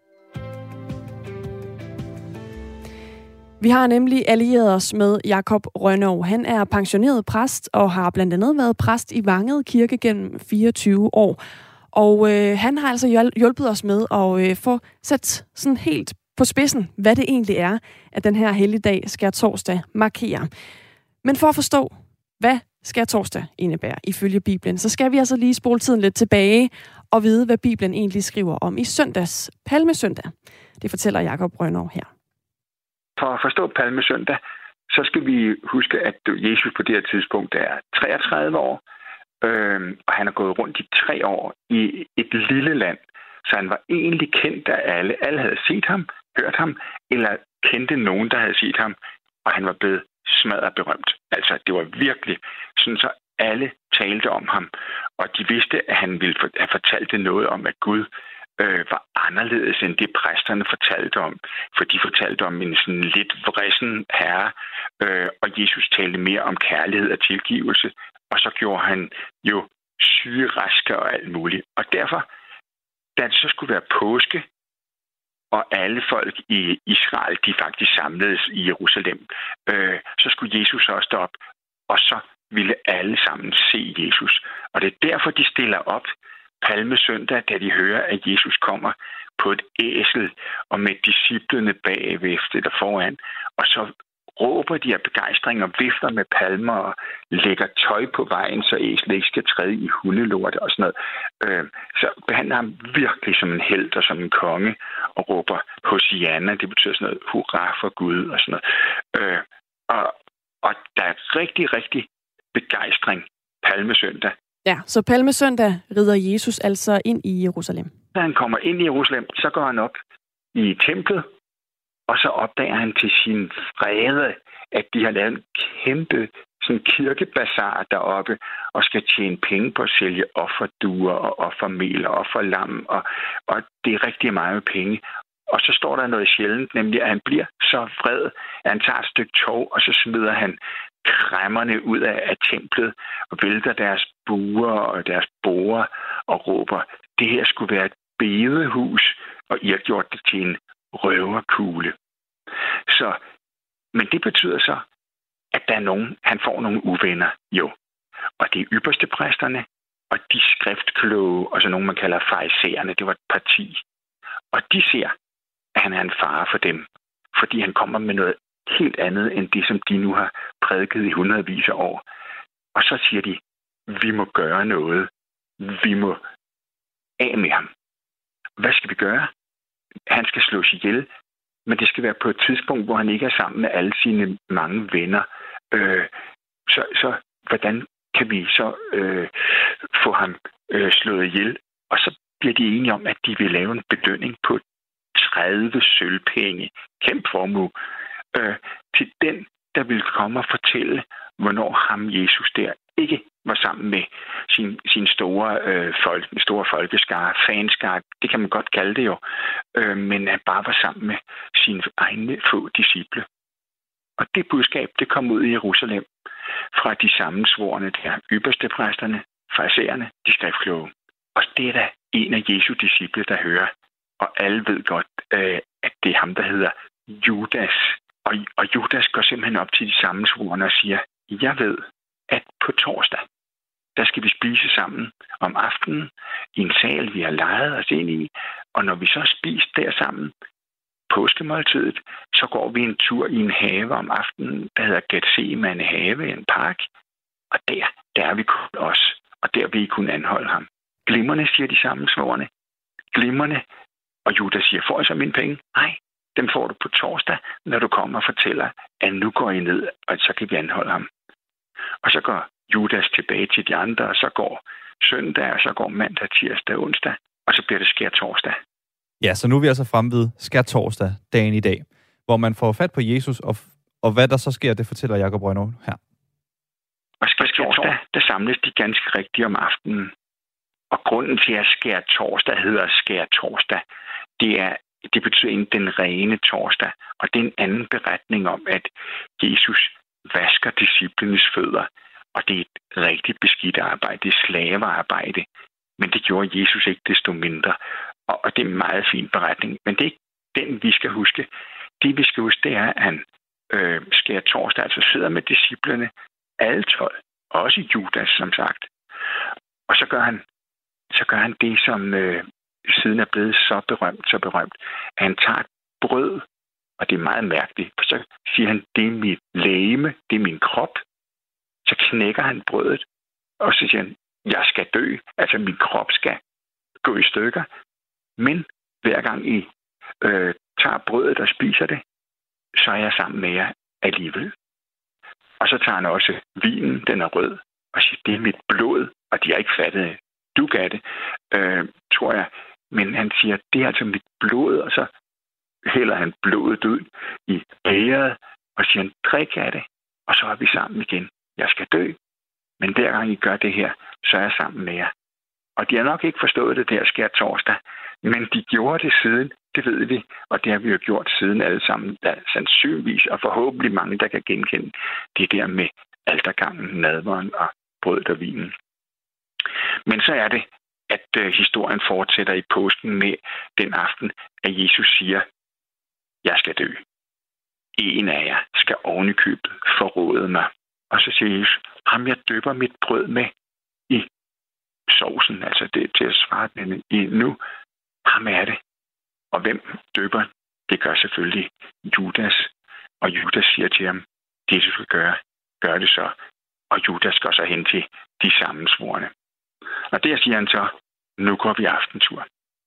Vi har nemlig allieret os med Jakob Rønnow. Han er pensioneret præst og har blandt andet været præst i Vangede Kirke gennem 24 år. Og han har altså hjulpet os med at få sat sådan helt på spidsen, hvad det egentlig er, at den her helligdag skærtorsdag markerer. Men for at forstå, hvad skærtorsdag indebærer ifølge Bibelen, så skal vi altså lige spole tiden lidt tilbage og vide, hvad Bibelen egentlig skriver om i søndags, Palmesøndag. Det fortæller Jakob Rønnow her. For at forstå Palmesøndag, så skal vi huske, at Jesus på det her tidspunkt er 33 år, og han har gået rundt i 3 år i et lille land. Så han var egentlig kendt af alle. Alle havde set ham, hørt ham, eller kendte nogen, der havde set ham, og han var blevet smadret berømt. Altså, det var virkelig sådan, så alle talte om ham, og de vidste, at han ville have fortalt noget om, at Gud var anderledes end det, præsterne fortalte om. For de fortalte om en sådan lidt vrissen herre, og Jesus talte mere om kærlighed og tilgivelse, og så gjorde han jo syge, raske og alt muligt. Og derfor, da det så skulle være påske, og alle folk i Israel, de faktisk samledes i Jerusalem, så skulle Jesus også derop, og så ville alle sammen se Jesus. Og det er derfor, de stiller op Palmesøndag, da de hører, at Jesus kommer på et æsel, og med disciplene bagved eller foran, og så råber de af begejstring og vifter med palmer og lægger tøj på vejen, så æslet ikke skal træde i hundelort og sådan noget. Så behandler ham virkelig som en helt og som en konge og råber Hosianna. Det betyder sådan noget hurra for Gud og sådan noget. Og der er rigtig, rigtig begejstring Palmesøndag. Ja, så Palmesøndag rider Jesus altså ind i Jerusalem. Da han kommer ind i Jerusalem, så går han op i templet, og så opdager han til sin vrede, at de har lavet en kæmpe sådan kirkebazar deroppe, og skal tjene penge på at sælge offerduer og offermel og offerlam, og det er rigtig meget penge. Og så står der noget sjældent, nemlig at han bliver så vred, at han tager et stykke tov, og så smider han kræmmerne ud af templet og vælter deres buer og deres borer og råber, det her skulle være et bedehus, og I har gjort det til en røverkugle. Så, men det betyder så, at der er nogen, han får nogle uvenner, jo. Og det er ypperste præsterne, og de skriftkloge, og så nogen, man kalder farisæerne, det var et parti. Og de ser, at han er en fare for dem, fordi han kommer med noget helt andet, end det, som de nu har prædiket i hundredvis af år. Og så siger de, vi må gøre noget. Vi må af med ham. Hvad skal vi gøre? Han skal slås ihjel, men det skal være på et tidspunkt, hvor han ikke er sammen med alle sine mange venner. Så hvordan kan vi så få ham slået ihjel? Og så bliver de enige om, at de vil lave en belønning på 30 sølvpenge. Kæmpe formue. Til den, der vil komme og fortælle, hvornår ham Jesus der ikke var sammen med sin store folkeskare, fanskare, det kan man godt kalde det jo, men han bare var sammen med sine egne få disciple. Og det budskab, det kom ud i Jerusalem fra de sammensvorne der, ypperstepræsterne, farisæerne, de skriftkloge. Og det er der en af Jesu disciple, der hører, og alle ved godt, at det er ham, der hedder Judas. Og Judas går simpelthen op til de sammensvorne og siger, jeg ved, at på torsdag, der skal vi spise sammen om aftenen i en sal, vi har lejet os ind i. Og når vi så har spist der sammen, påskemåltidet, så går vi en tur i en have om aftenen, der hedder Getsemane have, en park. Og der er vi kun os, og der vil I kunne anholde ham. Glimrende, siger de sammensvorne. Glimrende. Og Judas siger, får I så mine penge? Nej, dem får du på torsdag, når du kommer og fortæller, at nu går I ned, og så kan vi anholde ham. Og så går Judas tilbage til de andre, og så går søndag, og så går mandag, tirsdag, onsdag, og så bliver det skærtorsdag. Ja, så nu er vi altså fremme ved skærtorsdag, dagen i dag, hvor man får fat på Jesus, og hvad der så sker, det fortæller Jakob Rønnow her. Og skærtorsdag, der samles de ganske rigtigt om aftenen. Og grunden til, at skærtorsdag hedder skærtorsdag, det betyder ikke den rene torsdag. Og det er en anden beretning om, at Jesus vasker disciplenes fødder. Og det er et rigtig beskidt arbejde. Det er slavearbejde. Men det gjorde Jesus ikke desto mindre. Og det er en meget fin beretning. Men det er ikke den, vi skal huske. Det, vi skal huske, det er, at han skærtorsdag altså sidder med disciplene, alle 12. Også Judas, som sagt. Og så gør han det, som siden er blevet så berømt, at han tager et brød, og det er meget mærkeligt, for så siger han, det er mit legeme, det er min krop. Så knækker han brødet, og så siger han, jeg skal dø, altså min krop skal gå i stykker. Men hver gang I tager brødet og spiser det, så er jeg sammen med jer alligevel. Og så tager han også vinen, den er rød, og siger, det er mit blod, og de har ikke fattet dug af det, tror jeg. Men han siger, det er altså mit blod, og så hælder han blodet ud i bægeret, og siger, drik af det, og så er vi sammen igen. Jeg skal dø, men hver gang I gør det her, så er jeg sammen med jer. Og de har nok ikke forstået det der skærtorsdag, men de gjorde det siden, det ved vi, og det har vi jo gjort siden alle sammen, der sandsynligvis, og forhåbentlig mange, der kan genkende det der med altergangen, nadveren og brødet og vinen. Men så er det, at historien fortsætter i påsken med den aften, at Jesus siger, jeg skal dø. En af jer skal ovenikøbet forråde mig. Og så siger Jesus, ham jeg døber mit brød med i sovsen, altså det til at svare den i nu, ham er det. Og hvem døber? Det gør selvfølgelig Judas. Og Judas siger til ham, det du skal gøre, gør det så. Og Judas går så hen til de sammensvorne. Og der siger han så, nu går vi aftentur.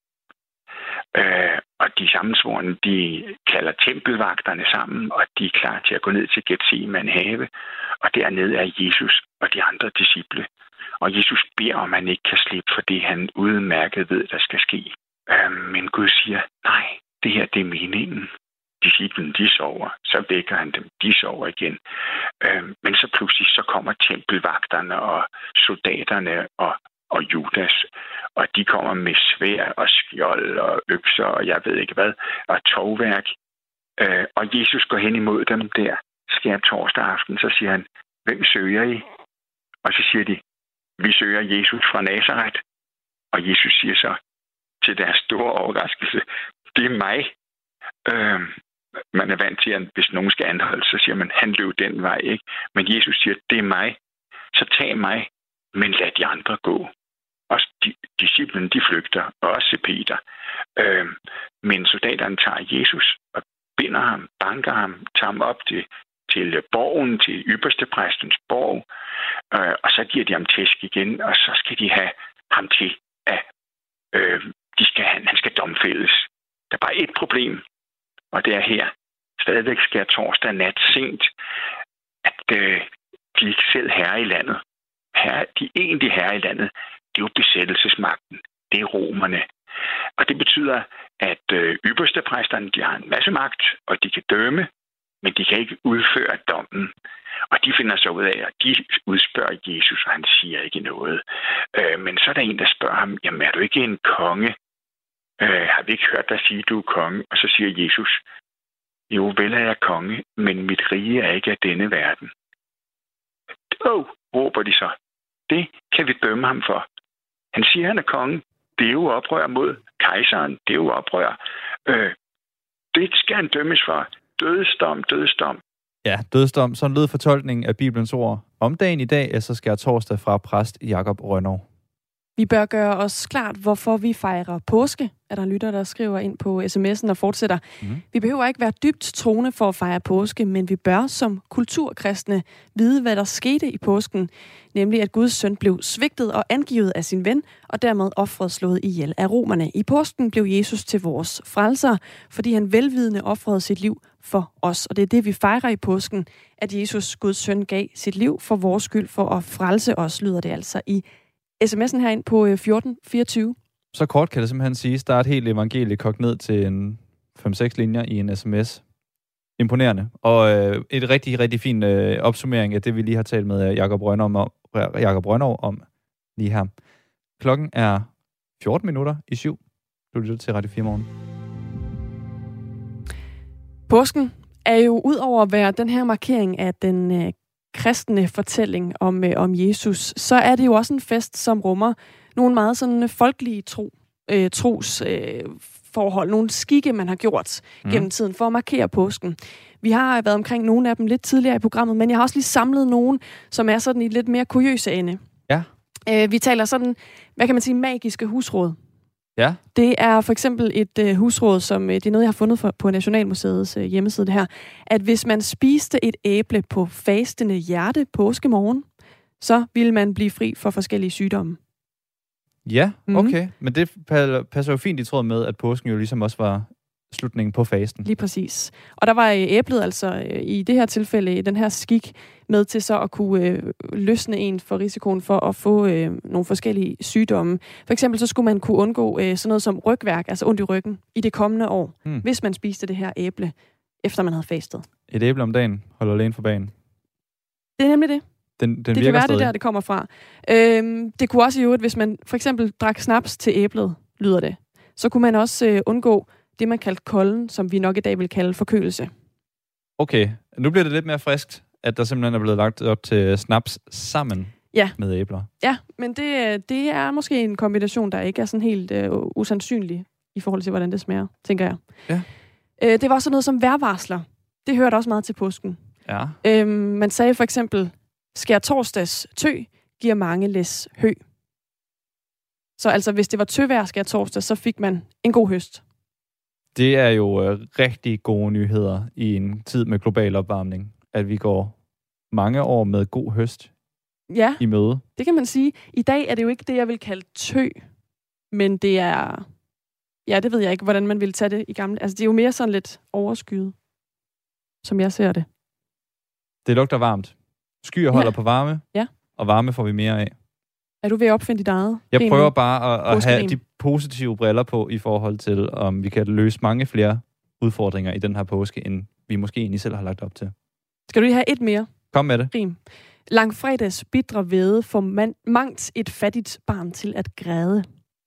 Og de sammensvorne, de kalder tempelvagterne sammen, og de er klar til at gå ned til Getsemane have. Og dernede er Jesus og de andre disciple. Og Jesus beder om, at han ikke kan slippe, fordi han udmærket ved, der skal ske. Men Gud siger, nej, det her det er meningen. Disciplen, de sover. Så vækker han dem, de sover igen. Men så pludselig så kommer tempelvagterne og soldaterne og Judas. Og de kommer med sværd og skjold og økser og jeg ved ikke hvad, og tovværk. Og Jesus går hen imod dem der skærtorsdag aften, så siger han, hvem søger I? Og så siger de, vi søger Jesus fra Nazaret. Og Jesus siger så til deres store overraskelse, det er mig. Man er vant til, at hvis nogen skal anholde, så siger man, han løb den vej, ikke? Men Jesus siger, det er mig. Så tag mig, men lad de andre gå. Og disciplen, de flygter, også Peter. Men soldaterne tager Jesus og binder ham, banker ham, tager ham op til borgen, til ypperstepræstens borg, og så giver de ham tæsk igen, og så skal de have ham til at han skal domfældes. Der er bare et problem, og det er her. Stadigvæk sker torsdag nat sent, at de er ikke selv herre i landet. De egentlige herre i landet, det er jo besættelsesmagten. Det er romerne. Og det betyder, at ypperstepræsterne, de har en masse magt, og de kan dømme, men de kan ikke udføre dommen. Og de finder sig ud af, at de udspørger Jesus, og han siger ikke noget. Men så er der en, der spørger ham, jamen er du ikke en konge? Har vi ikke hørt dig sige, du er konge? Og så siger Jesus, jo, vel er jeg konge, men mit rige er ikke af denne verden. Råber de så. Det kan vi dømme ham for. Han siger, han er konge. Det er jo oprør mod kejseren. Det er jo oprør. Det skal han dømmes for. Dødsdom. Ja, dødsdom. Sådan lød fortolkningen af Bibelens ord. Om dagen i dag er så skærtorsdag fra præst Jakob Rønnow. Vi bør gøre os klart, hvorfor vi fejrer påske, er der lytter, der skriver ind på sms'en og fortsætter. Vi behøver ikke være dybt troende for at fejre påske, men vi bør som kulturkristne vide, hvad der skete i påsken, nemlig at Guds søn blev svigtet og angivet af sin ven, og dermed offret slået ihjel af romerne. I påsken blev Jesus til vores frelser, fordi han velvidende offrede sit liv for os. Og det er det, vi fejrer i påsken, at Jesus, Guds søn, gav sit liv for vores skyld, for at frelse os, lyder det altså i sms'en herind på 1424. Så kort kan det simpelthen siges, der er et helt evangelie kogt ned til en 5-6 linjer i en sms. Imponerende. Og et rigtig, rigtig fin opsummering af det, vi lige har talt med Jakob Rønnow om lige her. Klokken er 14 minutter i 7. Du lytter til Radio 4 Morgen. Påsken er jo ud over at være den her markering af den kristne fortælling om Jesus, så er det jo også en fest, som rummer nogle meget sådan folkelige trosforhold, nogle skikke, man har gjort gennem tiden for at markere påsken. Vi har været omkring nogle af dem lidt tidligere i programmet, men jeg har også lige samlet nogle, som er sådan i lidt mere kuriøse ende. Ja. Vi taler sådan, hvad kan man sige, magiske husråd. Ja. Det er for eksempel et husråd, som det er noget, jeg har fundet på Nationalmuseets hjemmeside, det her, at hvis man spiste et æble på fastende hjerte påskemorgen, så ville man blive fri for forskellige sygdomme. Ja, okay. Men det passer jo fint i tråd med, at påsken jo ligesom også var slutningen på fasten. Lige præcis. Og der var æblet altså i det her tilfælde, i den her skik, med til så at kunne løsne en for risikoen for at få nogle forskellige sygdomme. For eksempel så skulle man kunne undgå sådan noget som rygværk, altså ondt i ryggen, i det kommende år, hvis man spiste det her æble, efter man havde fastet. Et æble om dagen holder lægen for bagen. Det er nemlig det. Den det kan være, det der, det kommer fra. Det kunne også jo, at hvis man for eksempel drak snaps til æblet, lyder det, så kunne man også undgå det, man kaldte kolden, som vi nok i dag vil kalde forkølelse. Okay, nu bliver det lidt mere friskt, at der simpelthen er blevet lagt op til snaps sammen med æbler. Ja, men det er måske en kombination, der ikke er sådan helt usandsynlig i forhold til, hvordan det smager, tænker jeg. Ja. Det var også noget som vejrvarsler. Det hørte også meget til påsken. Ja. Man sagde for eksempel, skærtorsdags tø giver mange læs hø. Så altså, hvis det var tøvejr skærtorsdag, så fik man en god høst. Det er jo rigtig gode nyheder i en tid med global opvarmning, at vi går mange år med god høst i møde. Det kan man sige. I dag er det jo ikke det, jeg vil kalde tø, men det er... Ja, det ved jeg ikke, hvordan man ville tage det i gamle... Altså, det er jo mere sådan lidt overskyet, som jeg ser det. Det lugter varmt. Skyer holder på varme, og varme får vi mere af. Er du ved at opfinde dit eget? Jeg prøver bare at have de positive briller på i forhold til, om vi kan løse mange flere udfordringer i den her påske, end vi måske egentlig selv har lagt op til. Skal du lige have et mere? Kom med det. Rim. Langfredags bitre væde får mangt et fattigt barn til at græde.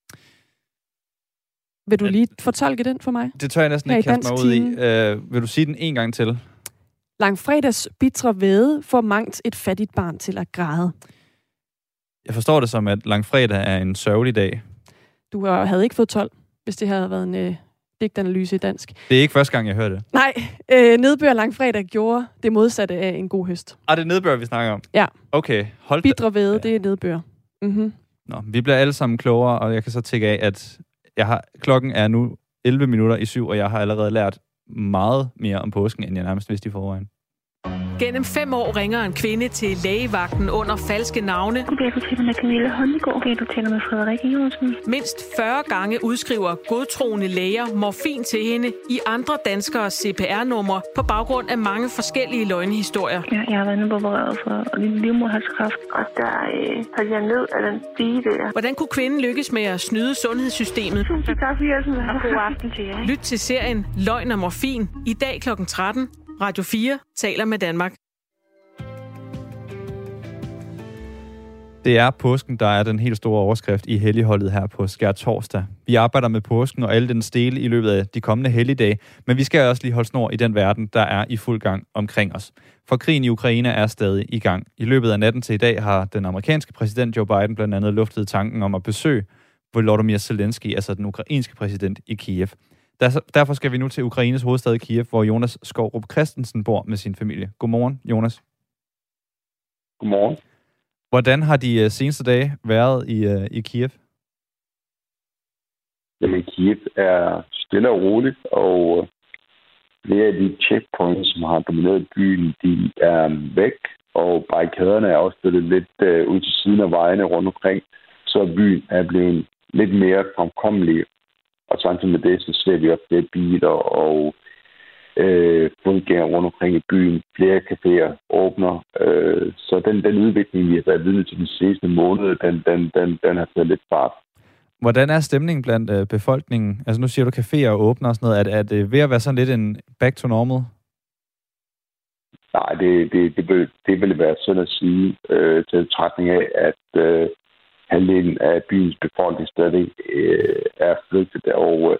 Vil du lige fortolke den for mig? Det tør jeg næsten ikke kaste mig ud i. Vil du sige den en gang til? Langfredags bitre væde får mangt et fattigt barn til at græde. Jeg forstår det som, at langfredag er en sørgelig dag. Du havde ikke fået 12, hvis det havde været en digtanalyse i dansk. Det er ikke første gang, jeg hørte det. Nej, nedbør langfredag gjorde det modsatte af en god høst. Det er nedbør, vi snakker om? Ja. Okay, hold bitre væde, det er nedbør. Mm-hmm. Nå, vi bliver alle sammen klogere, og jeg kan så tænke af, at klokken er nu 11 minutter i 7, og jeg har allerede lært meget mere om påsken, end jeg nærmest vidste i forvejen. Gennem 5 år ringer en kvinde til lægevagten under falske navne. Goddag, du taler med Camilla Håndegård. Goddag, du taler med Frederikke Johnsen. Mindst 40 gange udskriver godtroende læger morfin til hende i andre danskere CPR-numre på baggrund af mange forskellige løgnehistorier. Ja, jeg har været inde på opereret for livmoderhalskræft, og der faldt jeg ned af den stige der. Hvordan kunne kvinden lykkes med at snyde sundhedssystemet? Tusind tak for hjælpen, og god aften til jer. Lyt til serien Løgn og morfin i dag kl. 13. Radio 4 taler med Danmark. Det er påsken, der er den helt store overskrift i helligholdet her på skærtorsdag. Vi arbejder med påsken og alle dens dele i løbet af de kommende helligdage, men vi skal også lige holde snor i den verden, der er i fuld gang omkring os. For krigen i Ukraine er stadig i gang. I løbet af natten til i dag har den amerikanske præsident Joe Biden blandt andet luftet tanken om at besøge Volodymyr Zelensky, altså den ukrainske præsident i Kiev. Derfor skal vi nu til Ukraines hovedstad Kiev, hvor Jonas Skovrup Christensen bor med sin familie. Godmorgen, Jonas. Godmorgen. Hvordan har de seneste dage været i Kiev? Jamen, Kiev er stille og roligt, og flere af de checkpoints, som har domineret byen, de er væk, og barrikaderne er også stillet lidt ud til siden af vejene rundt omkring, så byen er blevet lidt mere fremkommelig. Og samtidig med det, så ser vi også flere biler og fodgængere rundt omkring i byen. Flere caféer åbner. Så den udvikling, vi har været vidne til de seneste måneder, den har taget lidt fart. Hvordan er stemningen blandt befolkningen? Altså nu siger du, caféer åbner og sådan noget. Er det ved at være sådan lidt en back to normal? Nej, det vil være sådan at sige til betragtning af, at halvdelen af byens befolkning stadig er flygtet, og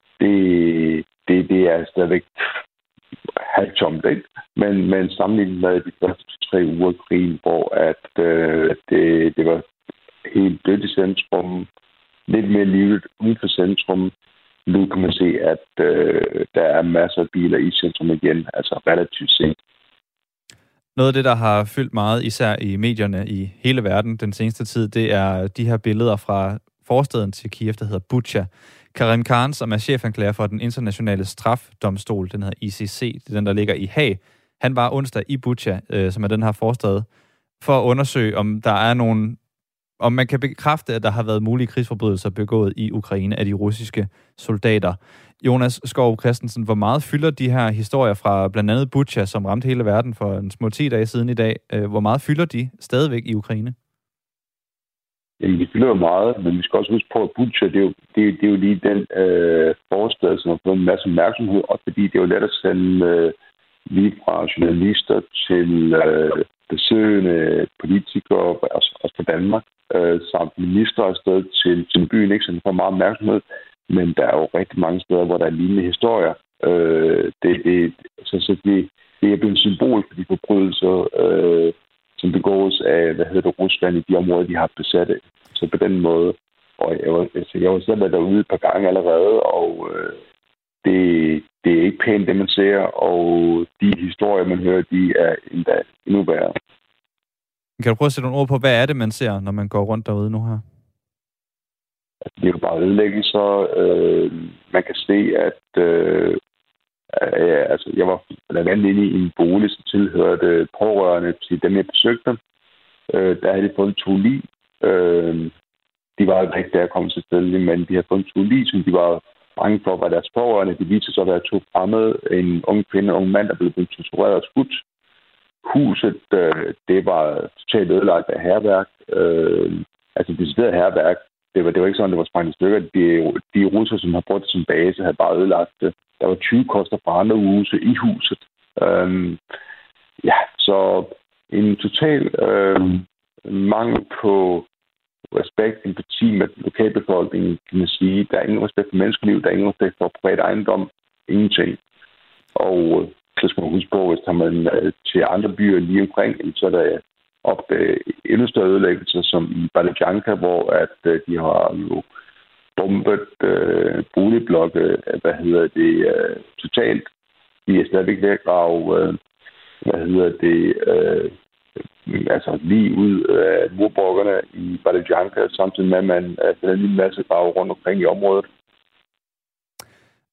det er stadigvæk halvtomt, ikke? Men sammenlignet med de første 3 uger af krigen, hvor at det var helt dødt i centrum, lidt mere livet uden for centrum. Nu kan man se, at der er masser af biler i centrum igen, altså relativt set. Noget af det, der har fyldt meget, især i medierne i hele verden den seneste tid, det er de her billeder fra forstaden til Kiev, der hedder Bucha. Karim Khan, som er chefanklager for den internationale strafdomstol, den hedder ICC, det er den, der ligger i Haag. Han var onsdag i Bucha, som er den her forstad, for at undersøge, om man kan bekræfte, at der har været mulige krigsforbrydelser begået i Ukraine af de russiske soldater. Jonas Skov Christensen, hvor meget fylder de her historier fra blandt andet Bucha, som ramte hele verden for en små 10 dage siden i dag, hvor meget fylder de stadigvæk i Ukraine? Jamen, de fylder jo meget, men vi skal også huske på, at Bucha, det er jo lige den forstad, som har fået en masse opmærksomhed, og fordi det er jo let at sende lige fra journalister til besøgende politikere, også fra Danmark, samt minister afsted til byen, ikke? Så det får meget opmærksomhed. Men der er jo rigtig mange steder, hvor der er lignende historier. Det er blevet en symbol for de forbrydelser, som begås af, Rusland i de områder, de har besat. Så på den måde. Og jeg har selv været derude et par gange allerede, og det er ikke pænt, det man ser, og de historier, man hører, de er endnu værre. Kan du prøve at sætte nogle ord på, hvad er det, man ser, når man går rundt derude nu her? Det er jo bare ødelæggelser. Man kan se, at jeg var blandt andet inde i en bolig, som tilhørte pårørende til dem, jeg besøgte. Der havde de fundet 2 lig. De var jo ikke der kommet selvfølgelig, men de havde fundet 2 lig, som de var bange for, var deres pårørende. De viste sig at være 2 fremmede. En ung kvinde og en ung mand, der blev tortureret og skudt. Huset, det var totalt ødelagt af hærværk. Altså decideret hærværk. Det var ikke sådan, det var sprængt i stykker. De russere, som har brugt det som base, havde bare ødelagt det. Der var 20 koster fra andre huse i huset. Så en total mangel på respekt, empati med lokalbefolkningen, kan man sige. Der er ingen respekt for menneskeliv, der er ingen respekt for privat ejendom. Ingenting. Og så skal man huske på, hvis man til andre byer lige omkring, så er der endnu større ødelæggelser, som i Balijanka, hvor at de har jo bombet boligblokke, totalt. De er stadigvæk ved at grave, lige ud af murbrokkerne i Balijanka, samtidig med, at man er en lille masse grave rundt omkring i området.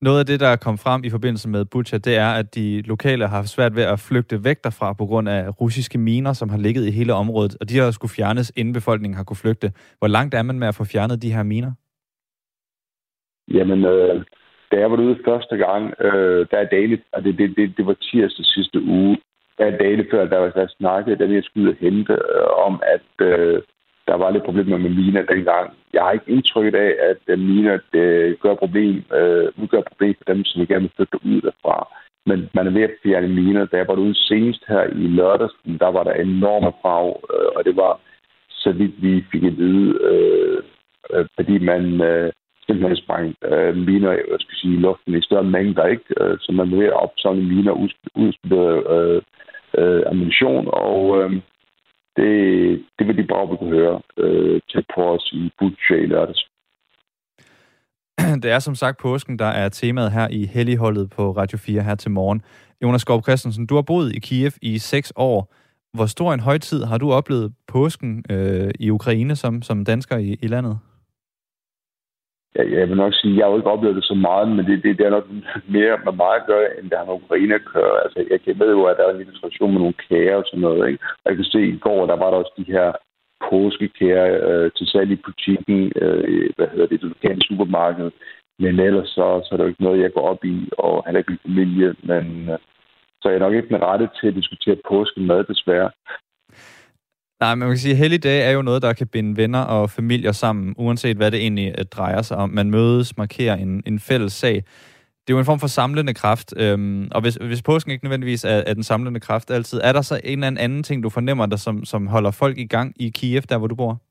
Noget af det, der kom frem i forbindelse med Bucha, det er, at de lokale har haft svært ved at flygte væk derfra på grund af russiske miner, som har ligget i hele området, og de har skulle fjernes, inden befolkningen har kunne flygte. Hvor langt er man med at få fjernet de her miner? Jamen, da jeg var ude første gang, der er dagligt, og det var tirsdag sidste uge, der er dagligt før, der snakkede, da jeg skulle ud og hente, om at der var lidt problemer med miner dengang. Jeg har ikke indtrykket af, at miner udgør problem for dem, som gerne vil flytte ud derfra. Men man er ved at fjerne miner. Da jeg var ude senest her i lørdags, der var der enorme brag, og det var så vidt vi fik at vide, fordi man simpelthen sprang miner i luften i større mængder, ikke? Så man er ved at opsamle miner og udspillede ammunition, og det vil de bare kunne høre til på os i Bucha i lørdags. Det er som sagt påsken, der er temaet her i Helligholdet på Radio 4 her til morgen. Jonas Skov Christensen, du har boet i Kiev i 6 år. Hvor stor en højtid har du oplevet påsken i Ukraine som dansker i landet? Ja, jeg vil nok sige, at jeg har jo ikke oplevet det så meget, men det er nok mere med mig at gøre, end det har med Ukraine at gøre. Altså, jeg ved jo, at der er en lille tradition med nogle kager og sådan noget, ikke? Og jeg kan se, at i går, der var der også de her påskekager til salg i butikken, det lokale supermarked. Men ellers så er det jo ikke noget, jeg går op i, og heller ikke min familie. Men så er jeg nok ikke den rette til at diskutere påskemad, desværre. Nej, men man kan sige, at helligdage er jo noget, der kan binde venner og familier sammen, uanset hvad det egentlig drejer sig om. Man mødes, markerer en fælles sag. Det er jo en form for samlende kraft, og hvis påsken ikke nødvendigvis er den samlende kraft altid, er der så en eller anden ting, du fornemmer der, som holder folk i gang i Kiev, der hvor du bor?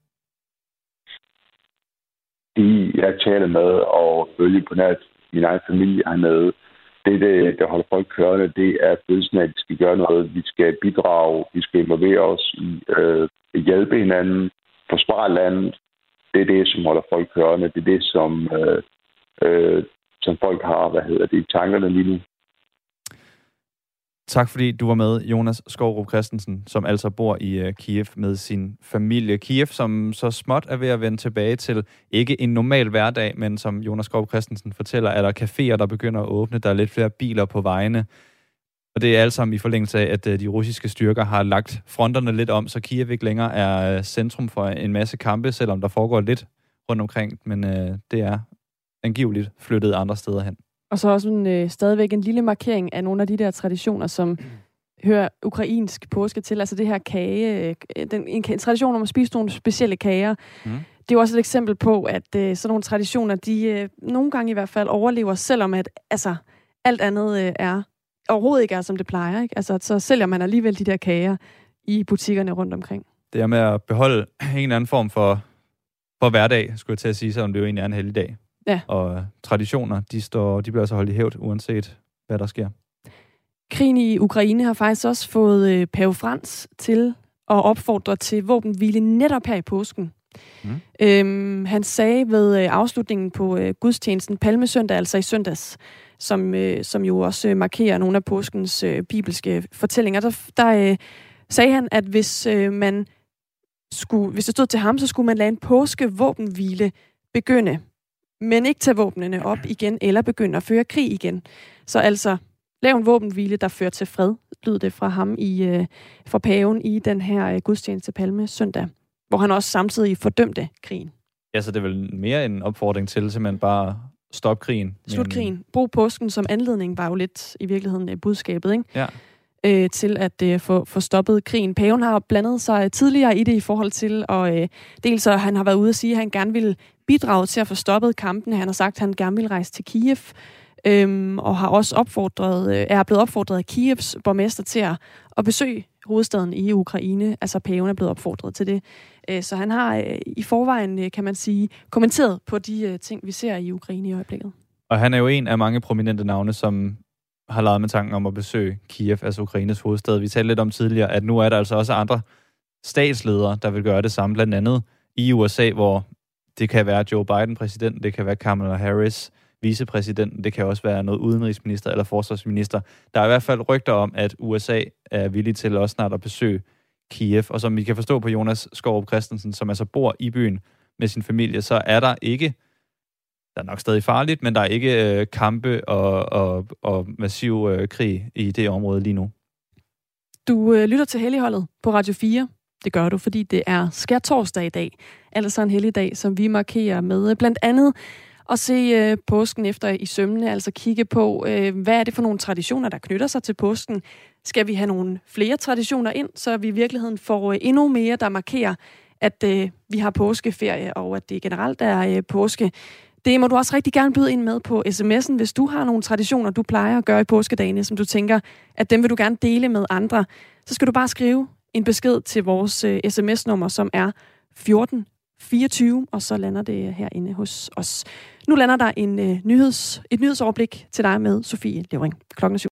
Jeg taler med og følger på nær min egen familie hernede. Det, der holder folk kørende, det er følelsen af, at vi skal gøre noget. Vi skal bidrage, vi skal involvere os i hjælpe hinanden, forsvare landet. Det er det, som holder folk kørende. Det er det, som folk har, i tankerne lige nu. Tak fordi du var med, Jonas Skov Christensen, som altså bor i Kiev med sin familie. Kiev, som så småt er ved at vende tilbage til ikke en normal hverdag, men som Jonas Skov Christensen fortæller, er der caféer, der begynder at åbne. Der er lidt flere biler på vejene. Og det er alt sammen i forlængelse af, at de russiske styrker har lagt fronterne lidt om, så Kiev ikke længere er centrum for en masse kampe, selvom der foregår lidt rundt omkring. Men det er angiveligt flyttet andre steder hen. Og så også stadigvæk en lille markering af nogle af de der traditioner, som hører ukrainsk påske til. Altså det her kage, en tradition om at spise nogle specielle kager. Mm. Det er jo også et eksempel på, at sådan nogle traditioner, de nogle gange i hvert fald overlever, selvom at alt andet overhovedet ikke er, som det plejer. Ikke? Altså, så sælger man alligevel de der kager i butikkerne rundt omkring. Det er med at beholde en eller anden form for hverdag, skulle jeg til at sige, selvom det jo egentlig er en heldig dag. Ja. Og traditioner, de bliver altså holdt i hævd, uanset hvad der sker. Krigen i Ukraine har faktisk også fået Pave Frans til at opfordre til våbenhvile netop her i påsken. Mm. Han sagde ved afslutningen på gudstjenesten Palmesøndag, altså i søndags, som jo også markerer nogle af påskens bibelske fortællinger, der sagde han, at hvis det stod til ham, så skulle man lade en påskevåbenhvile begynde, men ikke tage våbnene op igen, eller begynde at føre krig igen. Så altså, lav en våbenhvile, der fører til fred, lød det fra ham fra paven i den her gudstjeneste Palmesøndag, hvor han også samtidig fordømte krigen. Ja, så det er vel mere en opfordring til simpelthen bare stop krigen. Slut krigen. Brug påsken som anledning, var jo lidt i virkeligheden budskabet, ikke? Ja. Til at få stoppet krigen. Paven har blandet sig tidligere i det i forhold til, og dels så han har været ude at sige, at han gerne vil bidrage til at få stoppet kampene. Han har sagt, at han gerne vil rejse til Kiev, og har også er blevet opfordret af Kievs borgmester til at besøge hovedstaden i Ukraine. Altså paven er blevet opfordret til det. Så han har i forvejen, kan man sige, kommenteret på de ting, vi ser i Ukraine i øjeblikket. Og han er jo en af mange prominente navne, som har lavet med tanken om at besøge Kiev, altså Ukraines hovedstad. Vi talte lidt om tidligere, at nu er der altså også andre statsledere, der vil gøre det samme, blandt andet i USA, hvor det kan være Joe Biden præsident, det kan være Kamala Harris vicepræsidenten, det kan også være noget udenrigsminister eller forsvarsminister. Der er i hvert fald rygter om, at USA er villig til også snart at besøge Kiev, og som vi kan forstå på Jonas Skov Christensen, som altså bor i byen med sin familie, så er der ikke der er nok stadig farligt, men der er ikke kampe og massiv krig i det område lige nu. Du lytter til Helligholdet på Radio 4. Det gør du, fordi det er skærtorsdag i dag. Altså en helligdag, som vi markerer med blandt andet at se påsken efter i sømmene, altså kigge på, hvad er det for nogle traditioner, der knytter sig til påsken. Skal vi have nogle flere traditioner ind, så vi i virkeligheden får endnu mere, der markerer, at vi har påskeferie, og at det generelt er påske. Det må du også rigtig gerne byde ind med på sms'en, hvis du har nogle traditioner, du plejer at gøre i påskedagene, som du tænker, at dem vil du gerne dele med andre. Så skal du bare skrive en besked til vores sms-nummer, som er 1424, og så lander det herinde hos os. Nu lander der et nyhedsoverblik til dig med Sofie Levering. Klokken 7.